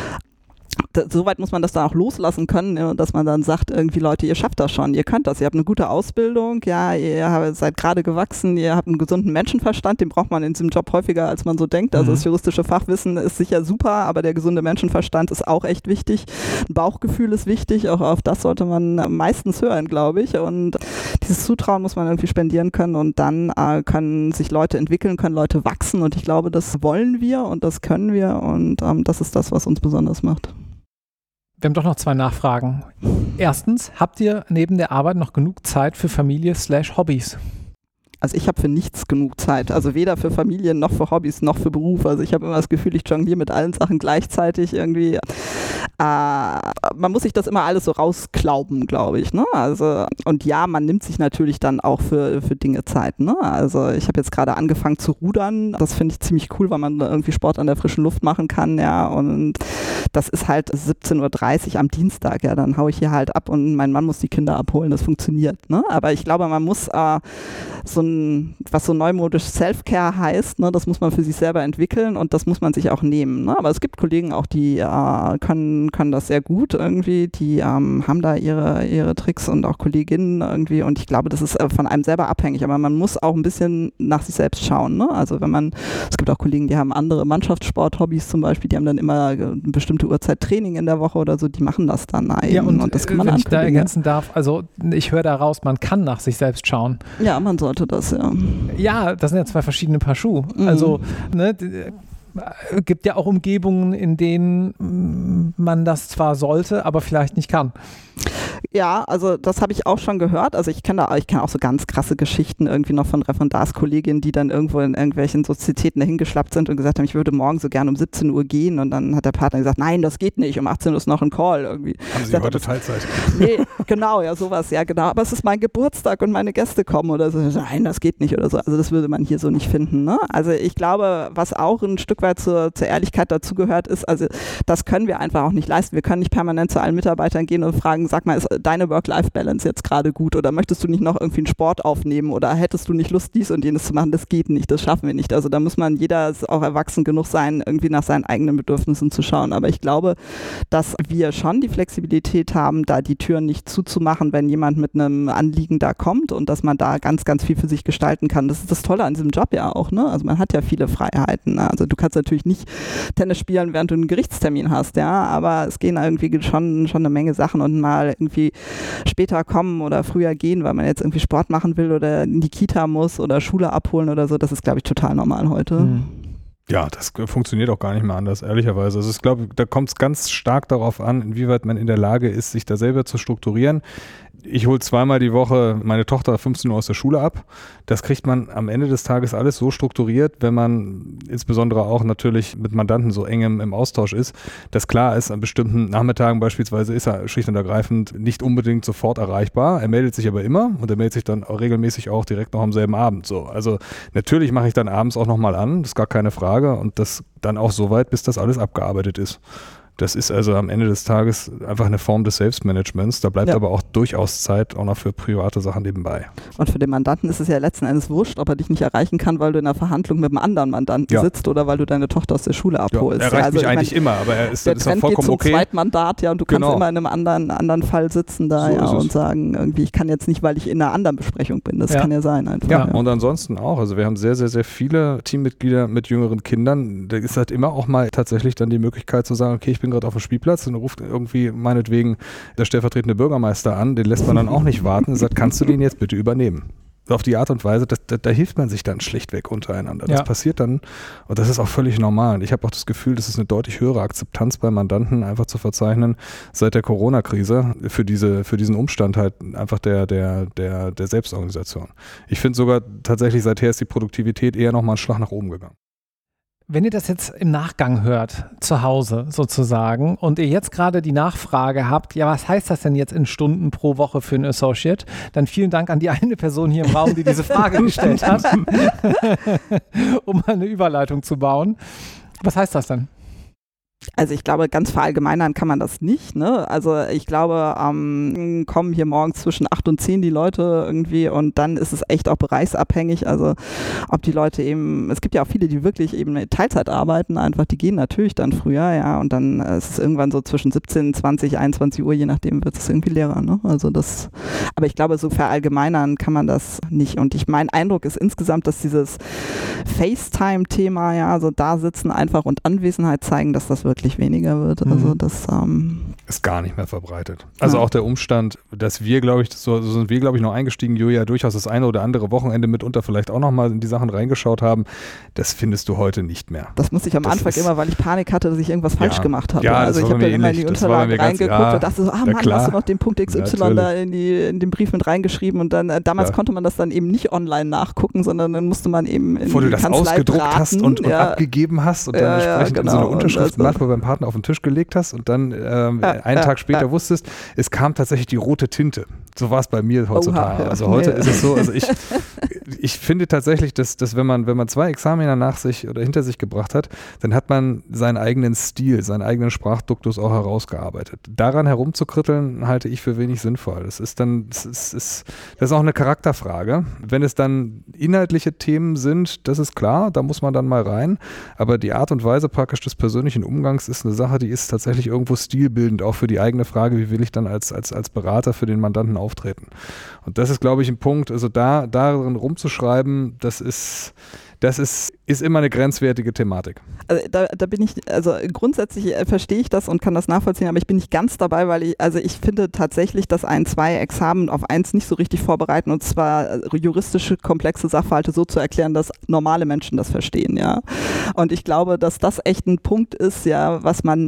soweit muss man das dann auch loslassen können, dass man dann sagt, irgendwie Leute, ihr schafft das schon, ihr könnt das, ihr habt eine gute Ausbildung, ja, ihr seid gerade gewachsen, ihr habt einen gesunden Menschenverstand, den braucht man in diesem Job häufiger, als man so denkt, also das juristische Fachwissen ist sicher super, aber der gesunde Menschenverstand ist auch echt wichtig, ein Bauchgefühl ist wichtig, auch auf das sollte man meistens hören, glaube ich, und dieses Zutrauen muss man irgendwie spendieren können und dann können sich Leute entwickeln, können Leute wachsen und ich glaube, das wollen wir und das können wir und das ist das, was uns besonders macht. Wir haben doch noch 2 Nachfragen. Erstens, habt ihr neben der Arbeit noch genug Zeit für Familie/Hobbys? Also ich habe für nichts genug Zeit, also weder für Familie noch für Hobbys noch für Beruf. Also ich habe immer das Gefühl, ich jongliere mit allen Sachen gleichzeitig irgendwie. Man muss sich das immer alles so rausklauben, glaube ich. Ne? Also, und ja, man nimmt sich natürlich dann auch für Dinge Zeit. Ne? Also ich habe jetzt gerade angefangen zu rudern. Das finde ich ziemlich cool, weil man irgendwie Sport an der frischen Luft machen kann. Ja, und das ist halt 17:30 Uhr am Dienstag. Ja, dann haue ich hier halt ab und mein Mann muss die Kinder abholen. Das funktioniert. Ne? Aber ich glaube, man muss was so neumodisch Self-Care heißt, ne, das muss man für sich selber entwickeln und das muss man sich auch nehmen. Ne? Aber es gibt Kollegen auch, die können das sehr gut irgendwie, die haben da ihre Tricks und auch Kolleginnen irgendwie und ich glaube, das ist von einem selber abhängig, aber man muss auch ein bisschen nach sich selbst schauen. Ne? Also es gibt auch Kollegen, die haben andere Mannschaftssport-Hobbys zum Beispiel, die haben dann immer eine bestimmte Uhrzeit Training in der Woche oder so, die machen das dann eben. Ja, und das kann man wenn ich da ergänzen darf, also ich höre da raus, man kann nach sich selbst schauen. Ja, man sollte das, ja. Ja, das sind ja 2 verschiedene Paar Schuhe. Also, ne, gibt ja auch Umgebungen, in denen man das zwar sollte, aber vielleicht nicht kann. Ja, also das habe ich auch schon gehört. Also ich kenne auch so ganz krasse Geschichten irgendwie noch von Referendarskolleginnen, die dann irgendwo in irgendwelchen Sozietäten dahin geschlappt sind und gesagt haben, ich würde morgen so gerne um 17 Uhr gehen und dann hat der Partner gesagt, nein, das geht nicht, um 18 Uhr ist noch ein Call irgendwie. Haben Sie heute Teilzeit? Nee, genau, ja sowas, ja genau. Aber es ist mein Geburtstag und meine Gäste kommen oder so. Nein, das geht nicht oder so. Also das würde man hier so nicht finden. Ne? Also ich glaube, was auch ein Stück weit zur Ehrlichkeit dazugehört ist, also das können wir einfach auch nicht leisten. Wir können nicht permanent zu allen Mitarbeitern gehen und fragen, sag mal, ist deine Work-Life-Balance jetzt gerade gut oder möchtest du nicht noch irgendwie einen Sport aufnehmen oder hättest du nicht Lust, dies und jenes zu machen? Das geht nicht, das schaffen wir nicht. Also da muss jeder auch erwachsen genug sein, irgendwie nach seinen eigenen Bedürfnissen zu schauen. Aber ich glaube, dass wir schon die Flexibilität haben, da die Türen nicht zuzumachen, wenn jemand mit einem Anliegen da kommt und dass man da ganz, ganz viel für sich gestalten kann. Das ist das Tolle an diesem Job ja auch. Ne? Also man hat ja viele Freiheiten. Ne? Also du kannst natürlich nicht Tennis spielen, während du einen Gerichtstermin hast, ja, aber es gehen irgendwie schon eine Menge Sachen und mal irgendwie später kommen oder früher gehen, weil man jetzt irgendwie Sport machen will oder in die Kita muss oder Schule abholen oder so, das ist, glaube ich, total normal heute. Ja, das funktioniert auch gar nicht mehr anders, ehrlicherweise. Also ich glaube, da kommt es ganz stark darauf an, inwieweit man in der Lage ist, sich da selber zu strukturieren. ich hole zweimal die Woche meine Tochter 15 Uhr aus der Schule ab. Das kriegt man am Ende des Tages alles so strukturiert, wenn man insbesondere auch natürlich mit Mandanten so eng im Austausch ist, dass klar ist, an bestimmten Nachmittagen beispielsweise ist er schlicht und ergreifend nicht unbedingt sofort erreichbar. Er meldet sich aber immer und er meldet sich dann auch regelmäßig auch direkt noch am selben Abend. So. Also natürlich mache ich dann abends auch nochmal an, das ist gar keine Frage und das dann auch so weit, bis das alles abgearbeitet ist. Das ist also am Ende des Tages einfach eine Form des Selbstmanagements. Da bleibt aber auch durchaus Zeit auch noch für private Sachen nebenbei. Und für den Mandanten ist es ja letzten Endes wurscht, ob er dich nicht erreichen kann, weil du in einer Verhandlung mit einem anderen Mandanten sitzt oder weil du deine Tochter aus der Schule abholst. Er erreicht mich eigentlich immer, aber er ist auch vollkommen okay. Der Zweitmandat, und du kannst immer in einem anderen Fall sitzen da und sagen, irgendwie, ich kann jetzt nicht, weil ich in einer anderen Besprechung bin. Das kann ja sein einfach. Ja, und ansonsten auch. Also wir haben sehr, sehr, sehr viele Teammitglieder mit jüngeren Kindern. Da ist halt immer auch mal tatsächlich dann die Möglichkeit zu sagen, okay, ich bin gerade auf dem Spielplatz und ruft irgendwie meinetwegen der stellvertretende Bürgermeister an, den lässt man dann auch nicht warten und sagt, kannst du den jetzt bitte übernehmen? Auf die Art und Weise, da hilft man sich dann schlichtweg untereinander. Das passiert dann und das ist auch völlig normal. Und ich habe auch das Gefühl, das ist eine deutlich höhere Akzeptanz bei Mandanten einfach zu verzeichnen seit der Corona-Krise für diesen Umstand halt einfach der Selbstorganisation. Ich finde sogar tatsächlich, seither ist die Produktivität eher nochmal einen Schlag nach oben gegangen. Wenn ihr das jetzt im Nachgang hört, zu Hause sozusagen, und ihr jetzt gerade die Nachfrage habt, ja, was heißt das denn jetzt in Stunden pro Woche für einen Associate? Dann vielen Dank an die eine Person hier im Raum, die diese Frage gestellt hat, um eine Überleitung zu bauen. Was heißt das denn? Also ich glaube, ganz verallgemeinern kann man das nicht. Ne? Also ich glaube, kommen hier morgens zwischen 8 und 10 die Leute irgendwie und dann ist es echt auch bereichsabhängig. Also ob die Leute eben, es gibt ja auch viele, die wirklich eben Teilzeit arbeiten, einfach, die gehen natürlich dann früher, und dann ist es irgendwann so zwischen 17, 20, 21 Uhr, je nachdem wird es irgendwie leerer. Ne? Also das, aber ich glaube, so verallgemeinern kann man das nicht. Und mein Eindruck ist insgesamt, dass dieses FaceTime-Thema, also da sitzen einfach und Anwesenheit zeigen, dass das wirklich weniger wird. Also das ist gar nicht mehr verbreitet. Also auch der Umstand, dass wir, glaube ich, so sind wir, glaube ich, noch eingestiegen, Julia, durchaus das eine oder andere Wochenende mitunter vielleicht auch nochmal in die Sachen reingeschaut haben, das findest du heute nicht mehr. Das musste ich am Anfang immer, weil ich Panik hatte, dass ich irgendwas falsch gemacht habe. Ja, also ich habe dann immer in die Unterlagen reingeguckt und dachte so, Mann, hast du noch den Punkt XY da in den Brief mit reingeschrieben und dann, damals konnte man das dann eben nicht online nachgucken, sondern dann musste man eben in bevor die du das Kanzlei ausgedruckt braten, hast und abgegeben hast und dann entsprechend so eine Unterschrift beim Partner auf den Tisch gelegt hast und dann einen Tag später wusstest, es kam tatsächlich die rote Tinte. So war es bei mir heutzutage. Also heute ist es so, also ich finde tatsächlich, dass wenn man 2 Examina nach sich oder hinter sich gebracht hat, dann hat man seinen eigenen Stil, seinen eigenen Sprachduktus auch herausgearbeitet. Daran herumzukritteln, halte ich für wenig sinnvoll. Das ist auch eine Charakterfrage. Wenn es dann inhaltliche Themen sind, das ist klar, da muss man dann mal rein. Aber die Art und Weise praktisch des persönlichen Umgangs ist eine Sache, die ist tatsächlich irgendwo stilbildend, auch für die eigene Frage, wie will ich dann als Berater für den Mandanten auftreten. Und das ist, glaube ich, ein Punkt, also darin rumzuschreiben, das ist immer eine grenzwertige Thematik. Also da bin ich, also grundsätzlich verstehe ich das und kann das nachvollziehen, aber ich bin nicht ganz dabei, weil ich finde tatsächlich, dass 2 Examen auf eins nicht so richtig vorbereiten, und zwar juristische komplexe Sachverhalte so zu erklären, dass normale Menschen das verstehen, ja. Und ich glaube, dass das echt ein Punkt ist, was man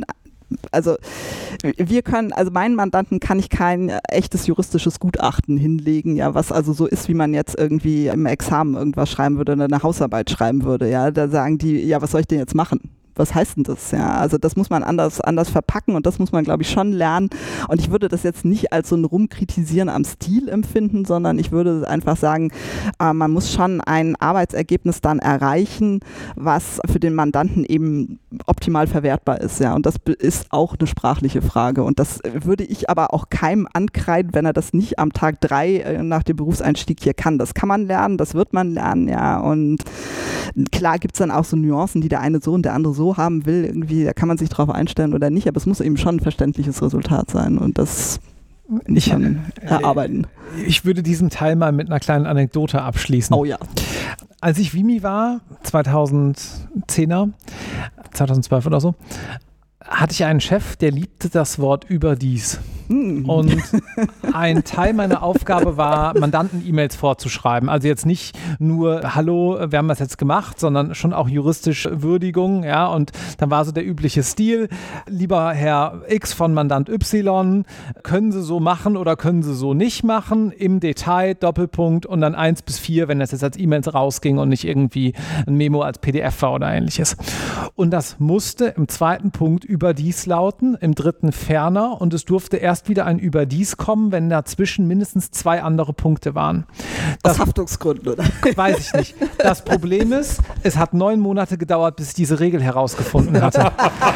meinen Mandanten kann ich kein echtes juristisches Gutachten hinlegen, was also so ist, wie man jetzt irgendwie im Examen irgendwas schreiben würde oder eine Hausarbeit schreiben würde, da sagen die, was soll ich denn jetzt machen? Was heißt denn das? Also das muss man anders verpacken und das muss man, glaube ich, schon lernen. Und ich würde das jetzt nicht als so ein Rumkritisieren am Stil empfinden, sondern ich würde einfach sagen, man muss schon ein Arbeitsergebnis dann erreichen, was für den Mandanten eben optimal verwertbar ist. Und das ist auch eine sprachliche Frage. Und das würde ich aber auch keinem ankreiden, wenn er das nicht am Tag 3 nach dem Berufseinstieg hier kann. Das kann man lernen, das wird man lernen, Und klar gibt es dann auch so Nuancen, die der eine so und der andere so haben will, irgendwie, da kann man sich drauf einstellen oder nicht, aber es muss eben schon ein verständliches Resultat sein und das muss man erarbeiten. Ich würde diesen Teil mal mit einer kleinen Anekdote abschließen. Oh ja. Als ich Vimi war, 2010er, 2012 oder so, hatte ich einen Chef, der liebte das Wort überdies. Und ein Teil meiner Aufgabe war, Mandanten-E-Mails vorzuschreiben. Also jetzt nicht nur, hallo, wir haben das jetzt gemacht, sondern schon auch juristisch Würdigung. Ja? Und dann war so der übliche Stil, lieber Herr X von Mandant Y, können Sie so machen oder können Sie so nicht machen, im Detail, Doppelpunkt und dann 1 bis 4, wenn das jetzt als E-Mails rausging und nicht irgendwie ein Memo als PDF war oder ähnliches. Und das musste im zweiten Punkt überdies lauten, im dritten ferner und es durfte erst wieder ein überdies kommen, wenn dazwischen mindestens 2 andere Punkte waren. Aus Haftungsgründen, oder? Weiß ich nicht. Das Problem ist, es hat 9 Monate gedauert, bis ich diese Regel herausgefunden hatte.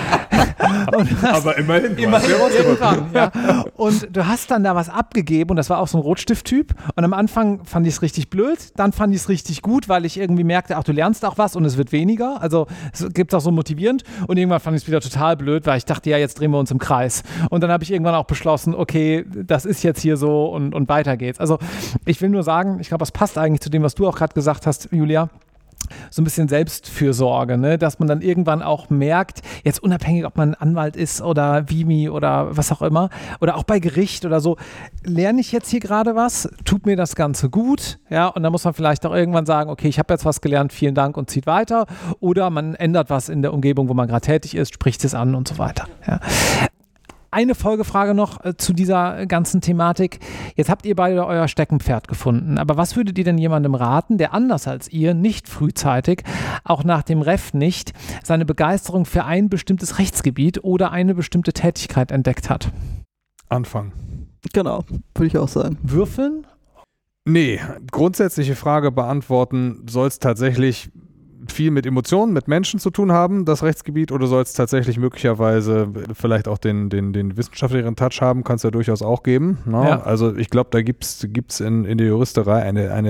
Aber immerhin irgendwann, ja. Und du hast dann da was abgegeben und das war auch so ein Rotstift-Typ und am Anfang fand ich es richtig blöd, dann fand ich es richtig gut, weil ich irgendwie merkte, ach, du lernst auch was und es wird weniger, also es gibt auch so motivierend und irgendwann fand ich es wieder total blöd, weil ich dachte, ja, jetzt drehen wir uns im Kreis und dann habe ich irgendwann auch beschlossen, okay, das ist jetzt hier so und weiter geht's. Also ich will nur sagen, ich glaube, das passt eigentlich zu dem, was du auch gerade gesagt hast, Julia, so ein bisschen Selbstfürsorge, ne? Dass man dann irgendwann auch merkt, jetzt unabhängig, ob man Anwalt ist oder Vimi oder was auch immer oder auch bei Gericht oder so, lerne ich jetzt hier gerade was, tut mir das Ganze gut, ja, und dann muss man vielleicht auch irgendwann sagen, okay, ich habe jetzt was gelernt, vielen Dank und zieht weiter oder man ändert was in der Umgebung, wo man gerade tätig ist, spricht es an und so weiter, ja. Eine Folgefrage noch zu dieser ganzen Thematik. Jetzt habt ihr beide euer Steckenpferd gefunden, aber was würdet ihr denn jemandem raten, der anders als ihr nicht frühzeitig, auch nach dem Ref nicht, seine Begeisterung für ein bestimmtes Rechtsgebiet oder eine bestimmte Tätigkeit entdeckt hat? Anfangen. Genau, würde ich auch sagen. Würfeln? Nee, grundsätzliche Frage beantworten, soll es tatsächlich viel mit Emotionen, mit Menschen zu tun haben, das Rechtsgebiet, oder soll es tatsächlich möglicherweise vielleicht auch den wissenschaftlicheren Touch haben, kann es ja durchaus auch geben. Ne? Ja. Also ich glaube, da gibt's in der Juristerei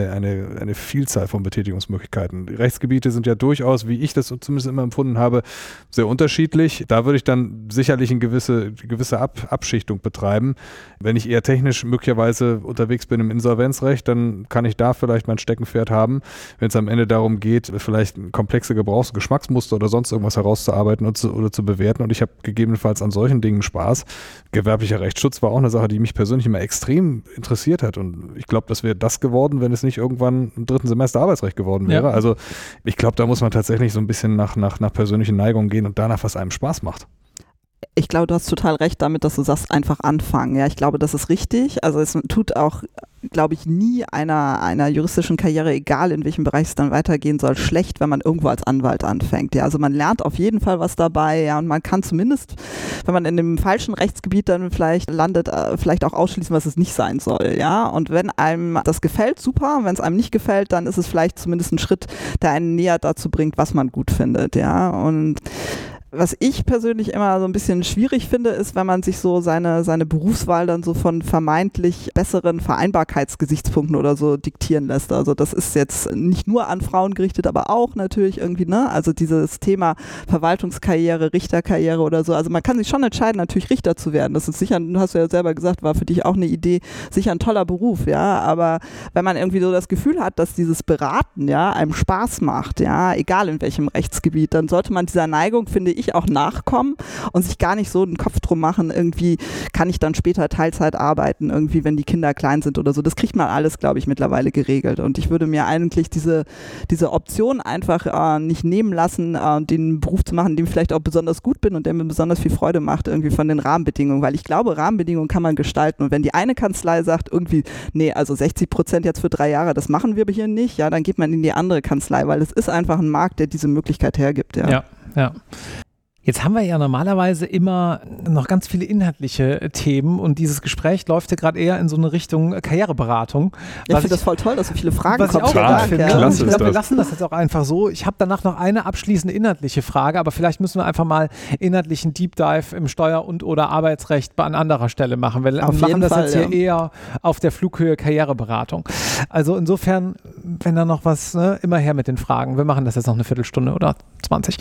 eine Vielzahl von Betätigungsmöglichkeiten. Die Rechtsgebiete sind ja durchaus, wie ich das zumindest immer empfunden habe, sehr unterschiedlich. Da würde ich dann sicherlich eine gewisse Abschichtung betreiben. Wenn ich eher technisch möglicherweise unterwegs bin im Insolvenzrecht, dann kann ich da vielleicht mein Steckenpferd haben. Wenn es am Ende darum geht, vielleicht komplexe Gebrauchs- und Geschmacksmuster oder sonst irgendwas herauszuarbeiten oder zu bewerten. Und ich habe gegebenenfalls an solchen Dingen Spaß. Gewerblicher Rechtsschutz war auch eine Sache, die mich persönlich immer extrem interessiert hat. Und ich glaube, das wäre das geworden, wenn es nicht irgendwann im 3. Semester Arbeitsrecht geworden wäre. Ja. Also ich glaube, da muss man tatsächlich so ein bisschen nach persönlichen Neigungen gehen und danach, was einem Spaß macht. Ich glaube, du hast total recht damit, dass du sagst, einfach anfangen. Ja, ich glaube, das ist richtig. Also es tut auch, glaube ich, nie einer juristischen Karriere, egal in welchem Bereich es dann weitergehen soll, schlecht, wenn man irgendwo als Anwalt anfängt. Ja, also man lernt auf jeden Fall was dabei. Ja, und man kann zumindest, wenn man in dem falschen Rechtsgebiet dann vielleicht landet, vielleicht auch ausschließen, was es nicht sein soll. Ja, und wenn einem das gefällt, super. Und wenn es einem nicht gefällt, dann ist es vielleicht zumindest ein Schritt, der einen näher dazu bringt, was man gut findet. Ja, und was ich persönlich immer so ein bisschen schwierig finde, ist, wenn man sich so seine Berufswahl dann so von vermeintlich besseren Vereinbarkeitsgesichtspunkten oder so diktieren lässt. Also das ist jetzt nicht nur an Frauen gerichtet, aber auch natürlich irgendwie, ne? Also dieses Thema Verwaltungskarriere, Richterkarriere oder so. Also man kann sich schon entscheiden, natürlich Richter zu werden. Das ist sicher, du hast ja selber gesagt, war für dich auch eine Idee, sicher ein toller Beruf, ja. Aber wenn man irgendwie so das Gefühl hat, dass dieses Beraten, ja, einem Spaß macht, ja, egal in welchem Rechtsgebiet, dann sollte man dieser Neigung, finde ich, auch nachkommen und sich gar nicht so einen Kopf drum machen, irgendwie kann ich dann später Teilzeit arbeiten, irgendwie, wenn die Kinder klein sind oder so. Das kriegt man alles, glaube ich, mittlerweile geregelt. Und ich würde mir eigentlich diese Option einfach nicht nehmen lassen, den Beruf zu machen, in dem ich vielleicht auch besonders gut bin und der mir besonders viel Freude macht, irgendwie von den Rahmenbedingungen, weil ich glaube, Rahmenbedingungen kann man gestalten. Und wenn die eine Kanzlei sagt, irgendwie, nee, also 60% jetzt für 3 Jahre, das machen wir hier nicht, ja, dann geht man in die andere Kanzlei, weil es ist einfach ein Markt, der diese Möglichkeit hergibt. Ja. Jetzt haben wir ja normalerweise immer noch ganz viele inhaltliche Themen und dieses Gespräch läuft ja gerade eher in so eine Richtung Karriereberatung. Ja, ich finde das voll toll, dass so viele Fragen kommen. Ich glaube, wir lassen das jetzt auch einfach so. Ich habe danach noch eine abschließende inhaltliche Frage, aber vielleicht müssen wir einfach mal inhaltlichen Deep Dive im Steuer- und oder Arbeitsrecht an anderer Stelle machen. Wir machen das jetzt hier eher auf der Flughöhe Karriereberatung. Also insofern, wenn da noch was, ne, immer her mit den Fragen. Wir machen das jetzt noch eine Viertelstunde oder 20.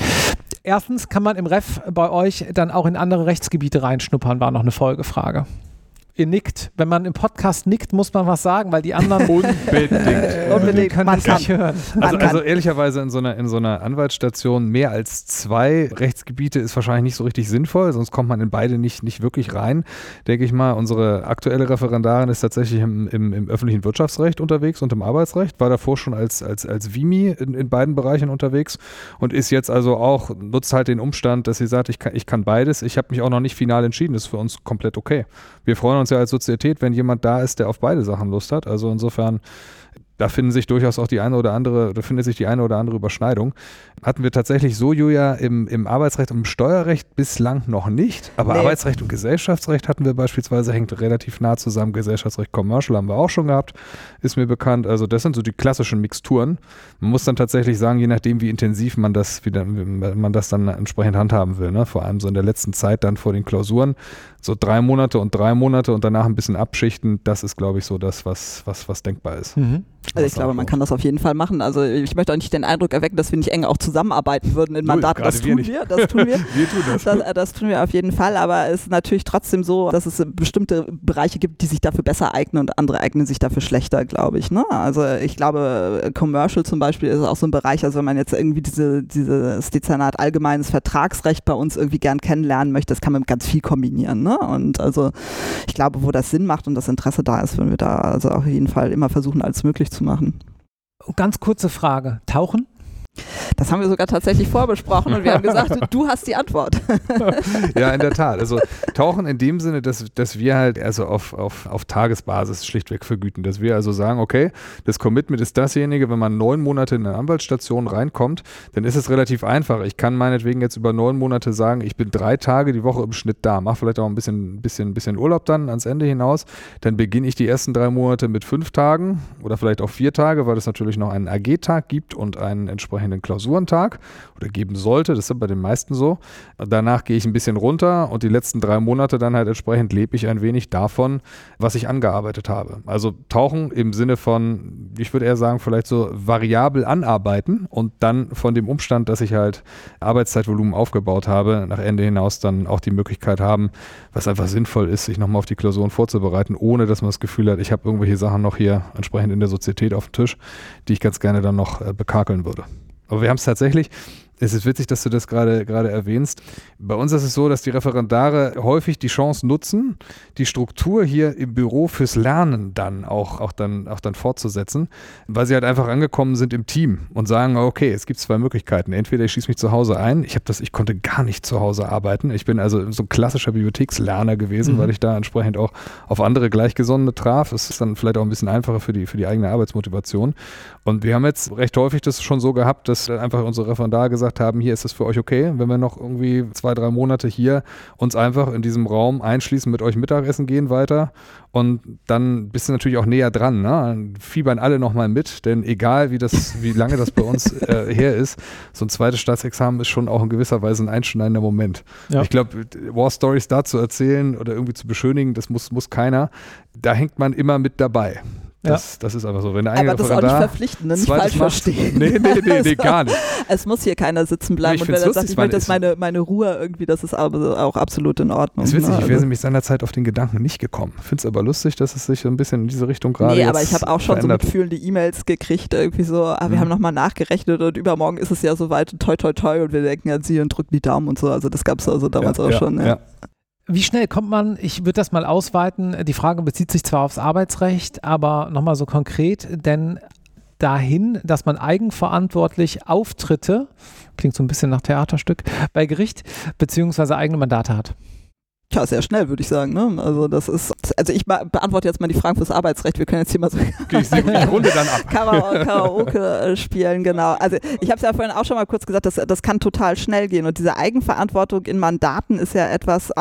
Erstens kann man im Ref bei euch dann auch in andere Rechtsgebiete reinschnuppern, war noch eine Folgefrage. Ihr nickt. Wenn man im Podcast nickt, muss man was sagen, weil die anderen Unbedingt. Können das nicht hören. Also ehrlicherweise in so einer Anwaltsstation mehr als 2 Rechtsgebiete ist wahrscheinlich nicht so richtig sinnvoll, sonst kommt man in beide nicht wirklich rein, denke ich mal. Unsere aktuelle Referendarin ist tatsächlich im öffentlichen Wirtschaftsrecht unterwegs und im Arbeitsrecht, war davor schon als Vimi in beiden Bereichen unterwegs und ist jetzt also auch, nutzt halt den Umstand, dass sie sagt, ich kann beides. Ich habe mich auch noch nicht final entschieden, das ist für uns komplett okay. Wir freuen uns ja als Sozietät, wenn jemand da ist, der auf beide Sachen Lust hat. Also insofern, da findet sich die eine oder andere Überschneidung. Hatten wir tatsächlich so, Julia, im Arbeitsrecht und im Steuerrecht bislang noch nicht. Aber nee. Arbeitsrecht und Gesellschaftsrecht hatten wir beispielsweise, hängt relativ nah zusammen. Gesellschaftsrecht Commercial haben wir auch schon gehabt, ist mir bekannt. Also das sind so die klassischen Mixturen. Man muss dann tatsächlich sagen, je nachdem, wie intensiv man das dann entsprechend handhaben will. Ne? Vor allem so in der letzten Zeit dann vor den Klausuren. So 3 Monate und danach ein bisschen abschichten. Das ist, glaube ich, so das, was denkbar ist. Mhm. Also ich glaube, man kann das auf jeden Fall machen. Also ich möchte auch nicht den Eindruck erwecken, dass wir nicht eng auch zusammenarbeiten würden in Mandaten. Das tun wir. Wir tun das. Das tun wir auf jeden Fall. Aber es ist natürlich trotzdem so, dass es bestimmte Bereiche gibt, die sich dafür besser eignen und andere eignen sich dafür schlechter, glaube ich. Ne? Also ich glaube, Commercial zum Beispiel ist auch so ein Bereich, also wenn man jetzt irgendwie dieses Dezernat allgemeines Vertragsrecht bei uns irgendwie gern kennenlernen möchte, das kann man mit ganz viel kombinieren. Ne? Und also ich glaube, wo das Sinn macht und das Interesse da ist, würden wir da also auf jeden Fall immer versuchen, alles möglich zu machen. Ganz kurze Frage. Tauchen? Das haben wir sogar tatsächlich vorbesprochen und wir haben gesagt, du hast die Antwort. Ja, in der Tat. Also Tauchen in dem Sinne, dass wir halt also auf Tagesbasis schlichtweg vergüten. Dass wir also sagen, okay, das Commitment ist dasjenige, wenn man 9 Monate in eine Anwaltsstation reinkommt, dann ist es relativ einfach. Ich kann meinetwegen jetzt über 9 Monate sagen, ich bin 3 Tage die Woche im Schnitt da, mache vielleicht auch ein bisschen Urlaub dann ans Ende hinaus. Dann beginne ich die ersten 3 Monate mit 5 Tagen oder vielleicht auch 4 Tage, weil es natürlich noch einen AG-Tag gibt und einen entsprechenden Klausurentag oder geben sollte, das ist bei den meisten so. Danach gehe ich ein bisschen runter und die letzten 3 Monate dann halt entsprechend lebe ich ein wenig davon, was ich angearbeitet habe. Also Tauchen im Sinne von, ich würde eher sagen, vielleicht so variabel anarbeiten und dann von dem Umstand, dass ich halt Arbeitszeitvolumen aufgebaut habe, nach Ende hinaus dann auch die Möglichkeit haben, was einfach sinnvoll ist, sich nochmal auf die Klausuren vorzubereiten, ohne dass man das Gefühl hat, ich habe irgendwelche Sachen noch hier entsprechend in der Sozietät auf dem Tisch, die ich ganz gerne dann noch bekakeln würde. Aber wir haben es tatsächlich, es ist witzig, dass du das gerade erwähnst. Bei uns ist es so, dass die Referendare häufig die Chance nutzen, die Struktur hier im Büro fürs Lernen dann auch dann fortzusetzen, weil sie halt einfach angekommen sind im Team und sagen, okay, es gibt 2 Möglichkeiten. Entweder ich schieße mich zu Hause ein, ich konnte gar nicht zu Hause arbeiten. Ich bin also so ein klassischer Bibliothekslerner gewesen, weil ich da entsprechend auch auf andere Gleichgesonnene traf. Es ist dann vielleicht auch ein bisschen einfacher für die eigene Arbeitsmotivation. Und wir haben jetzt recht häufig das schon so gehabt, dass einfach unsere Referendare gesagt haben, hier ist es für euch okay, wenn wir noch irgendwie 2-3 Monate hier uns einfach in diesem Raum einschließen, mit euch Mittagessen gehen weiter und dann bist du natürlich auch näher dran, ne? Dann fiebern alle nochmal mit, denn egal wie lange das bei uns her ist, so ein zweites Staatsexamen ist schon auch in gewisser Weise ein einschneidender Moment. Ja. Ich glaube, War Stories da zu erzählen oder irgendwie zu beschönigen, das muss keiner, da hängt man immer mit dabei. Das ist einfach so. Wenn der aber das ist auch nicht verpflichtend, ne? Nicht falsch verstehen. Nee, gar nicht. Es muss hier keiner sitzen bleiben. Und wenn er sagt, ich möchte jetzt meine Ruhe irgendwie, das ist auch absolut in Ordnung. Das ist witzig, ich wäre nämlich seinerzeit auf den Gedanken nicht gekommen. Ich finde es aber lustig, dass es sich so ein bisschen in diese Richtung gerade jetzt aber ich habe auch schon verändert. So mitfühlende E-Mails gekriegt, irgendwie so, wir haben nochmal nachgerechnet und übermorgen ist es ja soweit und toi toi toi und wir denken an sie und drücken die Daumen und so. Also das gab es also damals auch schon. Ja. Wie schnell kommt man, ich würde das mal ausweiten, die Frage bezieht sich zwar aufs Arbeitsrecht, aber nochmal so konkret, denn dahin, dass man eigenverantwortlich Auftritte, klingt so ein bisschen nach Theaterstück, bei Gericht beziehungsweise eigene Mandate hat? Tja, sehr schnell, würde ich sagen. Ne? Also ich beantworte jetzt mal die Fragen fürs Arbeitsrecht. Wir können jetzt hier mal so die Runde dann ab. Karaoke spielen, genau. Also ich habe es ja vorhin auch schon mal kurz gesagt, das kann total schnell gehen. Und diese Eigenverantwortung in Mandaten ist ja etwas,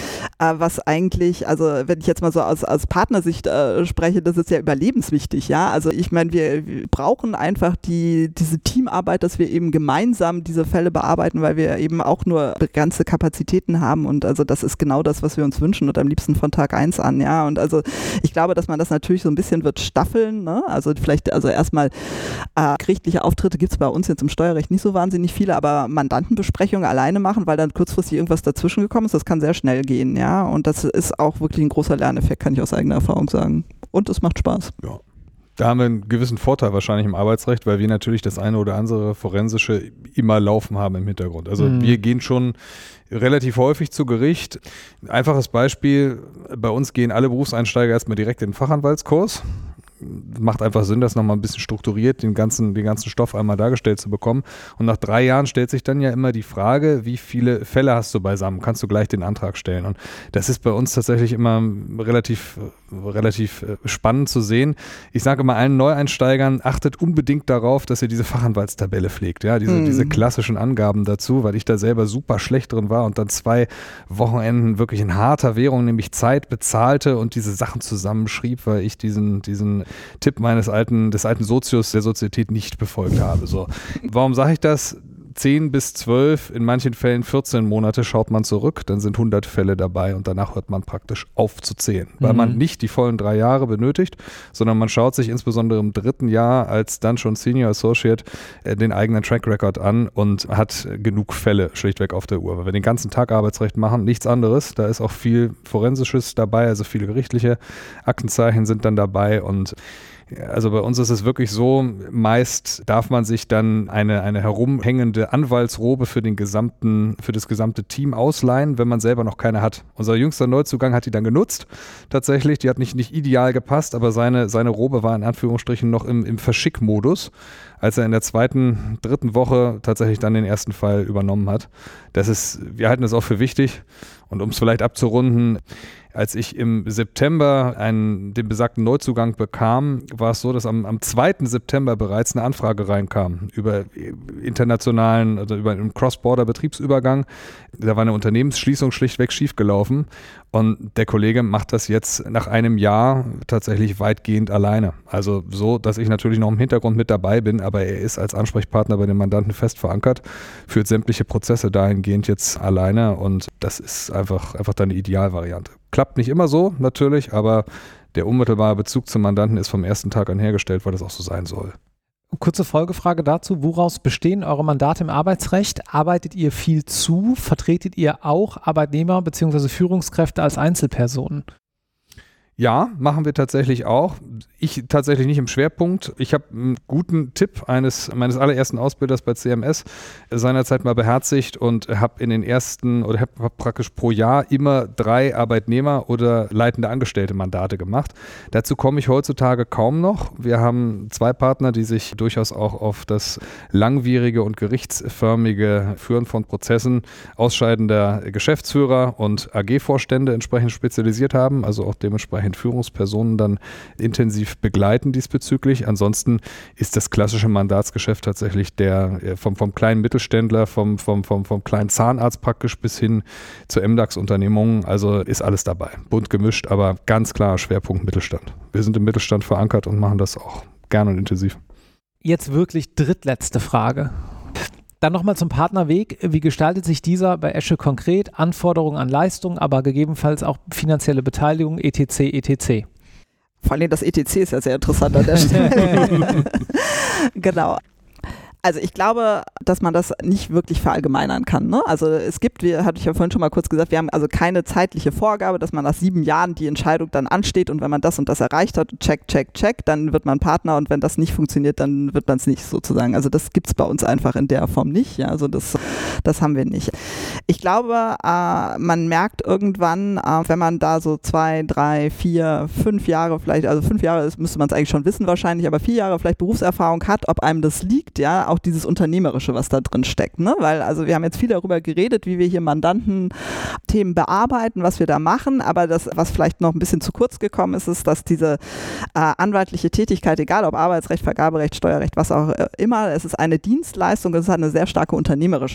was eigentlich, also wenn ich jetzt mal so aus Partnersicht spreche, das ist ja überlebenswichtig. Ja, also ich meine, wir brauchen einfach diese Teamarbeit, dass wir eben gemeinsam diese Fälle bearbeiten, weil wir eben auch nur begrenzte Kapazitäten haben. Und also das ist genau genau das, was wir uns wünschen und am liebsten von Tag 1 an, ja. Und also ich glaube, dass man das natürlich so ein bisschen wird staffeln, ne? Also vielleicht, also erstmal gerichtliche Auftritte gibt es bei uns jetzt im Steuerrecht nicht so wahnsinnig viele, aber Mandantenbesprechungen alleine machen, weil dann kurzfristig irgendwas dazwischen gekommen ist, das kann sehr schnell gehen, ja. Und das ist auch wirklich ein großer Lerneffekt, kann ich aus eigener Erfahrung sagen. Und es macht Spaß. Ja. Da haben wir einen gewissen Vorteil wahrscheinlich im Arbeitsrecht, weil wir natürlich das eine oder andere Forensische immer laufen haben im Hintergrund. Also wir gehen schon relativ häufig zu Gericht. Einfaches Beispiel, bei uns gehen alle Berufseinsteiger erstmal direkt in den Fachanwaltskurs. Macht einfach Sinn, das nochmal ein bisschen strukturiert, den ganzen Stoff einmal dargestellt zu bekommen. Und nach 3 Jahren stellt sich dann ja immer die Frage, wie viele Fälle hast du beisammen? Kannst du gleich den Antrag stellen? Und das ist bei uns tatsächlich immer relativ spannend zu sehen. Ich sage immer allen Neueinsteigern, achtet unbedingt darauf, dass ihr diese Fachanwaltstabelle pflegt. Ja, diese klassischen Angaben dazu, weil ich da selber super schlecht drin war und dann 2 Wochenenden wirklich in harter Währung, nämlich Zeit bezahlte und diese Sachen zusammenschrieb, weil ich diesen Tipp des alten Sozius der Sozietät nicht befolgt habe. So. Warum sage ich das? 10 bis 12, in manchen Fällen 14 Monate schaut man zurück, dann sind 100 Fälle dabei und danach hört man praktisch auf zu zählen, weil man nicht die vollen 3 Jahre benötigt, sondern man schaut sich insbesondere im 3. Jahr als dann schon Senior Associate den eigenen Track Record an und hat genug Fälle schlichtweg auf der Uhr. Weil wir den ganzen Tag Arbeitsrecht machen, nichts anderes, da ist auch viel Forensisches dabei, also viele gerichtliche Aktenzeichen sind dann dabei und also bei uns ist es wirklich so, meist darf man sich dann eine herumhängende Anwaltsrobe für das gesamte Team ausleihen, wenn man selber noch keine hat. Unser jüngster Neuzugang hat die dann genutzt, tatsächlich, die hat nicht ideal gepasst, aber seine Robe war in Anführungsstrichen noch im Verschickmodus, als er in der 2., 3. Woche tatsächlich dann den ersten Fall übernommen hat. Wir halten das auch für wichtig und um es vielleicht abzurunden, als ich im September den besagten Neuzugang bekam, war es so, dass am 2. September bereits eine Anfrage reinkam über über einen Cross-Border-Betriebsübergang. Da war eine Unternehmensschließung schlichtweg schiefgelaufen und der Kollege macht das jetzt nach einem Jahr tatsächlich weitgehend alleine. Also so, dass ich natürlich noch im Hintergrund mit dabei bin, aber er ist als Ansprechpartner bei den Mandanten fest verankert, führt sämtliche Prozesse dahingehend jetzt alleine und das ist einfach dann eine Idealvariante. Klappt nicht immer so, natürlich, aber der unmittelbare Bezug zum Mandanten ist vom ersten Tag an hergestellt, weil das auch so sein soll. Kurze Folgefrage dazu. Woraus bestehen eure Mandate im Arbeitsrecht? Arbeitet ihr viel zu? Vertretet ihr auch Arbeitnehmer bzw. Führungskräfte als Einzelpersonen? Ja, machen wir tatsächlich auch. Ich tatsächlich nicht im Schwerpunkt. Ich habe einen guten Tipp meines allerersten Ausbilders bei CMS seinerzeit mal beherzigt und habe hab praktisch pro Jahr immer 3 Arbeitnehmer oder leitende Angestellte Mandate gemacht. Dazu komme ich heutzutage kaum noch. Wir haben 2 Partner, die sich durchaus auch auf das langwierige und gerichtsförmige Führen von Prozessen ausscheidender Geschäftsführer und AG-Vorstände entsprechend spezialisiert haben, also auch dementsprechend Führungspersonen dann intensiv begleiten diesbezüglich. Ansonsten ist das klassische Mandatsgeschäft tatsächlich vom kleinen Mittelständler, vom kleinen Zahnarzt praktisch bis hin zu MDAX-Unternehmungen. Also ist alles dabei. Bunt gemischt, aber ganz klar Schwerpunkt Mittelstand. Wir sind im Mittelstand verankert und machen das auch gern und intensiv. Jetzt wirklich drittletzte Frage. Dann nochmal zum Partnerweg. Wie gestaltet sich dieser bei Esche konkret? Anforderungen an Leistungen, aber gegebenenfalls auch finanzielle Beteiligung, etc. Vor allem das ETC ist ja sehr interessant an der Stelle. Genau. Also ich glaube, dass man das nicht wirklich verallgemeinern kann. Ne? Also es gibt, hatte ich ja vorhin schon mal kurz gesagt, wir haben also keine zeitliche Vorgabe, dass man nach 7 Jahren die Entscheidung dann ansteht und wenn man das und das erreicht hat, check, dann wird man Partner und wenn das nicht funktioniert, dann wird man es nicht sozusagen. Also das gibt es bei uns einfach in der Form nicht. Ja? Also das haben wir nicht. Ich glaube, man merkt irgendwann, wenn man da so 2, 3, 4, 5 Jahre vielleicht, also 5 Jahre müsste man es eigentlich schon wissen wahrscheinlich, aber 4 Jahre vielleicht Berufserfahrung hat, ob einem das liegt, ja, auch dieses Unternehmerische, was da drin steckt, ne? Weil also wir haben jetzt viel darüber geredet, wie wir hier Mandantenthemen bearbeiten, was wir da machen, aber das, was vielleicht noch ein bisschen zu kurz gekommen ist, ist, dass diese anwaltliche Tätigkeit, egal ob Arbeitsrecht, Vergaberecht, Steuerrecht, was auch immer, es ist eine Dienstleistung, es hat eine sehr starke unternehmerische Komponente.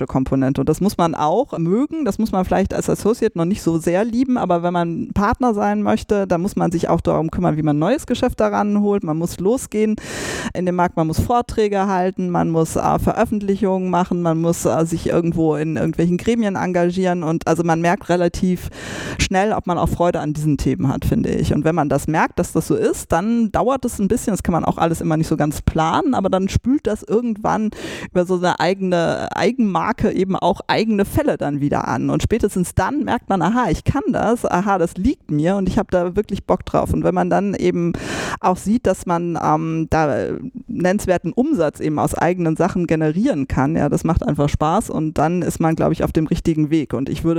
Komponente. Und das muss man auch mögen, das muss man vielleicht als Associate noch nicht so sehr lieben, aber wenn man Partner sein möchte, dann muss man sich auch darum kümmern, wie man ein neues Geschäft daran holt. Man muss losgehen in den Markt, man muss Vorträge halten, man muss Veröffentlichungen machen, man muss sich irgendwo in irgendwelchen Gremien engagieren und also man merkt relativ schnell, ob man auch Freude an diesen Themen hat, finde ich. Und wenn man das merkt, dass das so ist, dann dauert es ein bisschen, das kann man auch alles immer nicht so ganz planen, aber dann spült das irgendwann über so eine eigene Eigenmarke eben auch eigene Fälle dann wieder an. Und spätestens dann merkt man, aha, ich kann das, aha, das liegt mir und ich habe da wirklich Bock drauf. Und wenn man dann eben auch sieht, dass man da nennenswerten Umsatz eben aus eigenen Sachen generieren kann, ja, das macht einfach Spaß und dann ist man, glaube ich, auf dem richtigen Weg. Und ich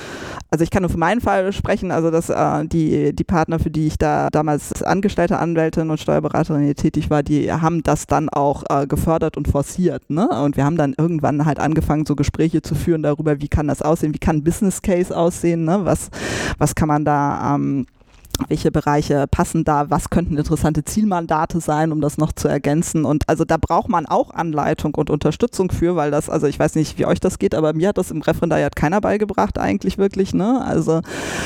kann nur für meinen Fall sprechen, also dass die Partner, für die ich da damals angestellte Anwältin und Steuerberaterin tätig war, die haben das dann auch gefördert und forciert, ne? Und wir haben dann irgendwann halt angefangen, so Gespräche zu führen darüber, wie kann das aussehen, wie kann ein Business Case aussehen, ne? Was kann man da welche Bereiche passen da, was könnten interessante Zielmandate sein, um das noch zu ergänzen und also da braucht man auch Anleitung und Unterstützung für, weil das, also ich weiß nicht, wie euch das geht, aber mir hat das im Referendariat keiner beigebracht eigentlich wirklich, ne, also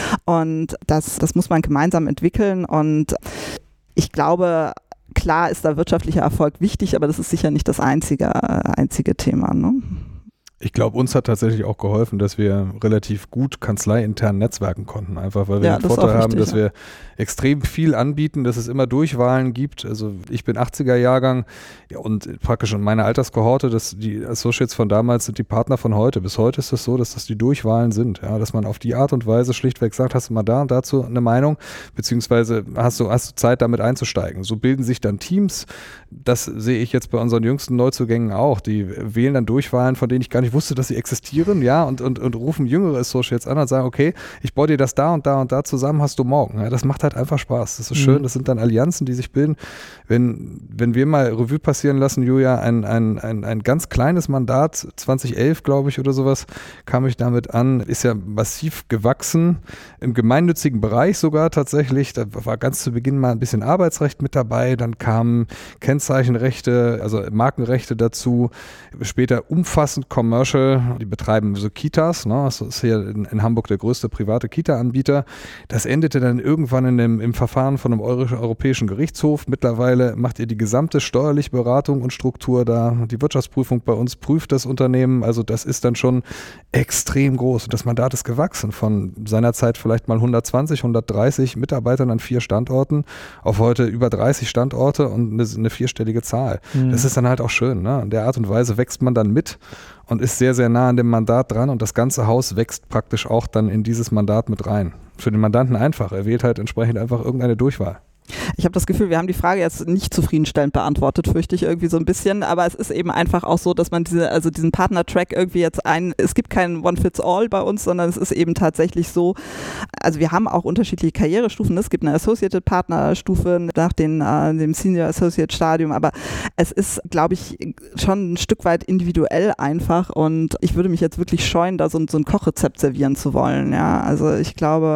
und das muss man gemeinsam entwickeln und ich glaube, klar ist da wirtschaftlicher Erfolg wichtig, aber das ist sicher nicht das einzige Thema, ne? Ich glaube, uns hat tatsächlich auch geholfen, dass wir relativ gut kanzleiintern netzwerken konnten, einfach weil wir den Vorteil haben, dass wir extrem viel anbieten, dass es immer Durchwahlen gibt. Also ich bin 80er-Jahrgang und praktisch in meiner Alterskohorte, die Associates von damals sind die Partner von heute. Bis heute ist es so, dass das die Durchwahlen sind, ja, dass man auf die Art und Weise schlichtweg sagt, hast du mal da und dazu eine Meinung, beziehungsweise hast du Zeit, damit einzusteigen. So bilden sich dann Teams. Das sehe ich jetzt bei unseren jüngsten Neuzugängen auch. Die wählen dann Durchwahlen, von denen ich gar nicht wusste, dass sie existieren, ja, und rufen jüngere Associates an und sagen, okay, ich baue dir das da und da und da zusammen, hast du morgen. Ja, das macht halt einfach Spaß. Das ist schön, das sind dann Allianzen, die sich bilden. Wenn wir mal Revue passieren lassen, Julia, ein ganz kleines Mandat, 2011, glaube ich, oder sowas, kam ich damit an, ist ja massiv gewachsen, im gemeinnützigen Bereich sogar tatsächlich. Da war ganz zu Beginn mal ein bisschen Arbeitsrecht mit dabei, dann kamen Kennzeichenrechte, also Markenrechte dazu, später umfassend Commercial, die betreiben so Kitas, ne? Das ist hier in Hamburg der größte private Kita-Anbieter. Das endete dann irgendwann im Verfahren von einem Europäischen Gerichtshof. Mittlerweile macht ihr die gesamte steuerliche Beratung und Struktur da. Die Wirtschaftsprüfung bei uns prüft das Unternehmen. Also das ist dann schon extrem groß. Und das Mandat ist gewachsen von seinerzeit vielleicht mal 120, 130 Mitarbeitern an 4 Standorten auf heute über 30 Standorte und eine vierstellige Zahl. Das ist dann halt auch schön, ne? In der Art und Weise wächst man dann mit und ist sehr, sehr nah an dem Mandat dran und das ganze Haus wächst praktisch auch dann in dieses Mandat mit rein. Für den Mandanten einfach. Er wählt halt entsprechend einfach irgendeine Durchwahl. Ich habe das Gefühl, wir haben die Frage jetzt nicht zufriedenstellend beantwortet, fürchte ich irgendwie so ein bisschen, aber es ist eben einfach auch so, dass man diesen Partner-Track irgendwie es gibt keinen One-Fits-All bei uns, sondern es ist eben tatsächlich so, also wir haben auch unterschiedliche Karrierestufen, es gibt eine Associated-Partner-Stufe nach dem Senior-Associate-Stadium, aber es ist, glaube ich, schon ein Stück weit individuell einfach und ich würde mich jetzt wirklich scheuen, da so ein Kochrezept servieren zu wollen, ja, also ich glaube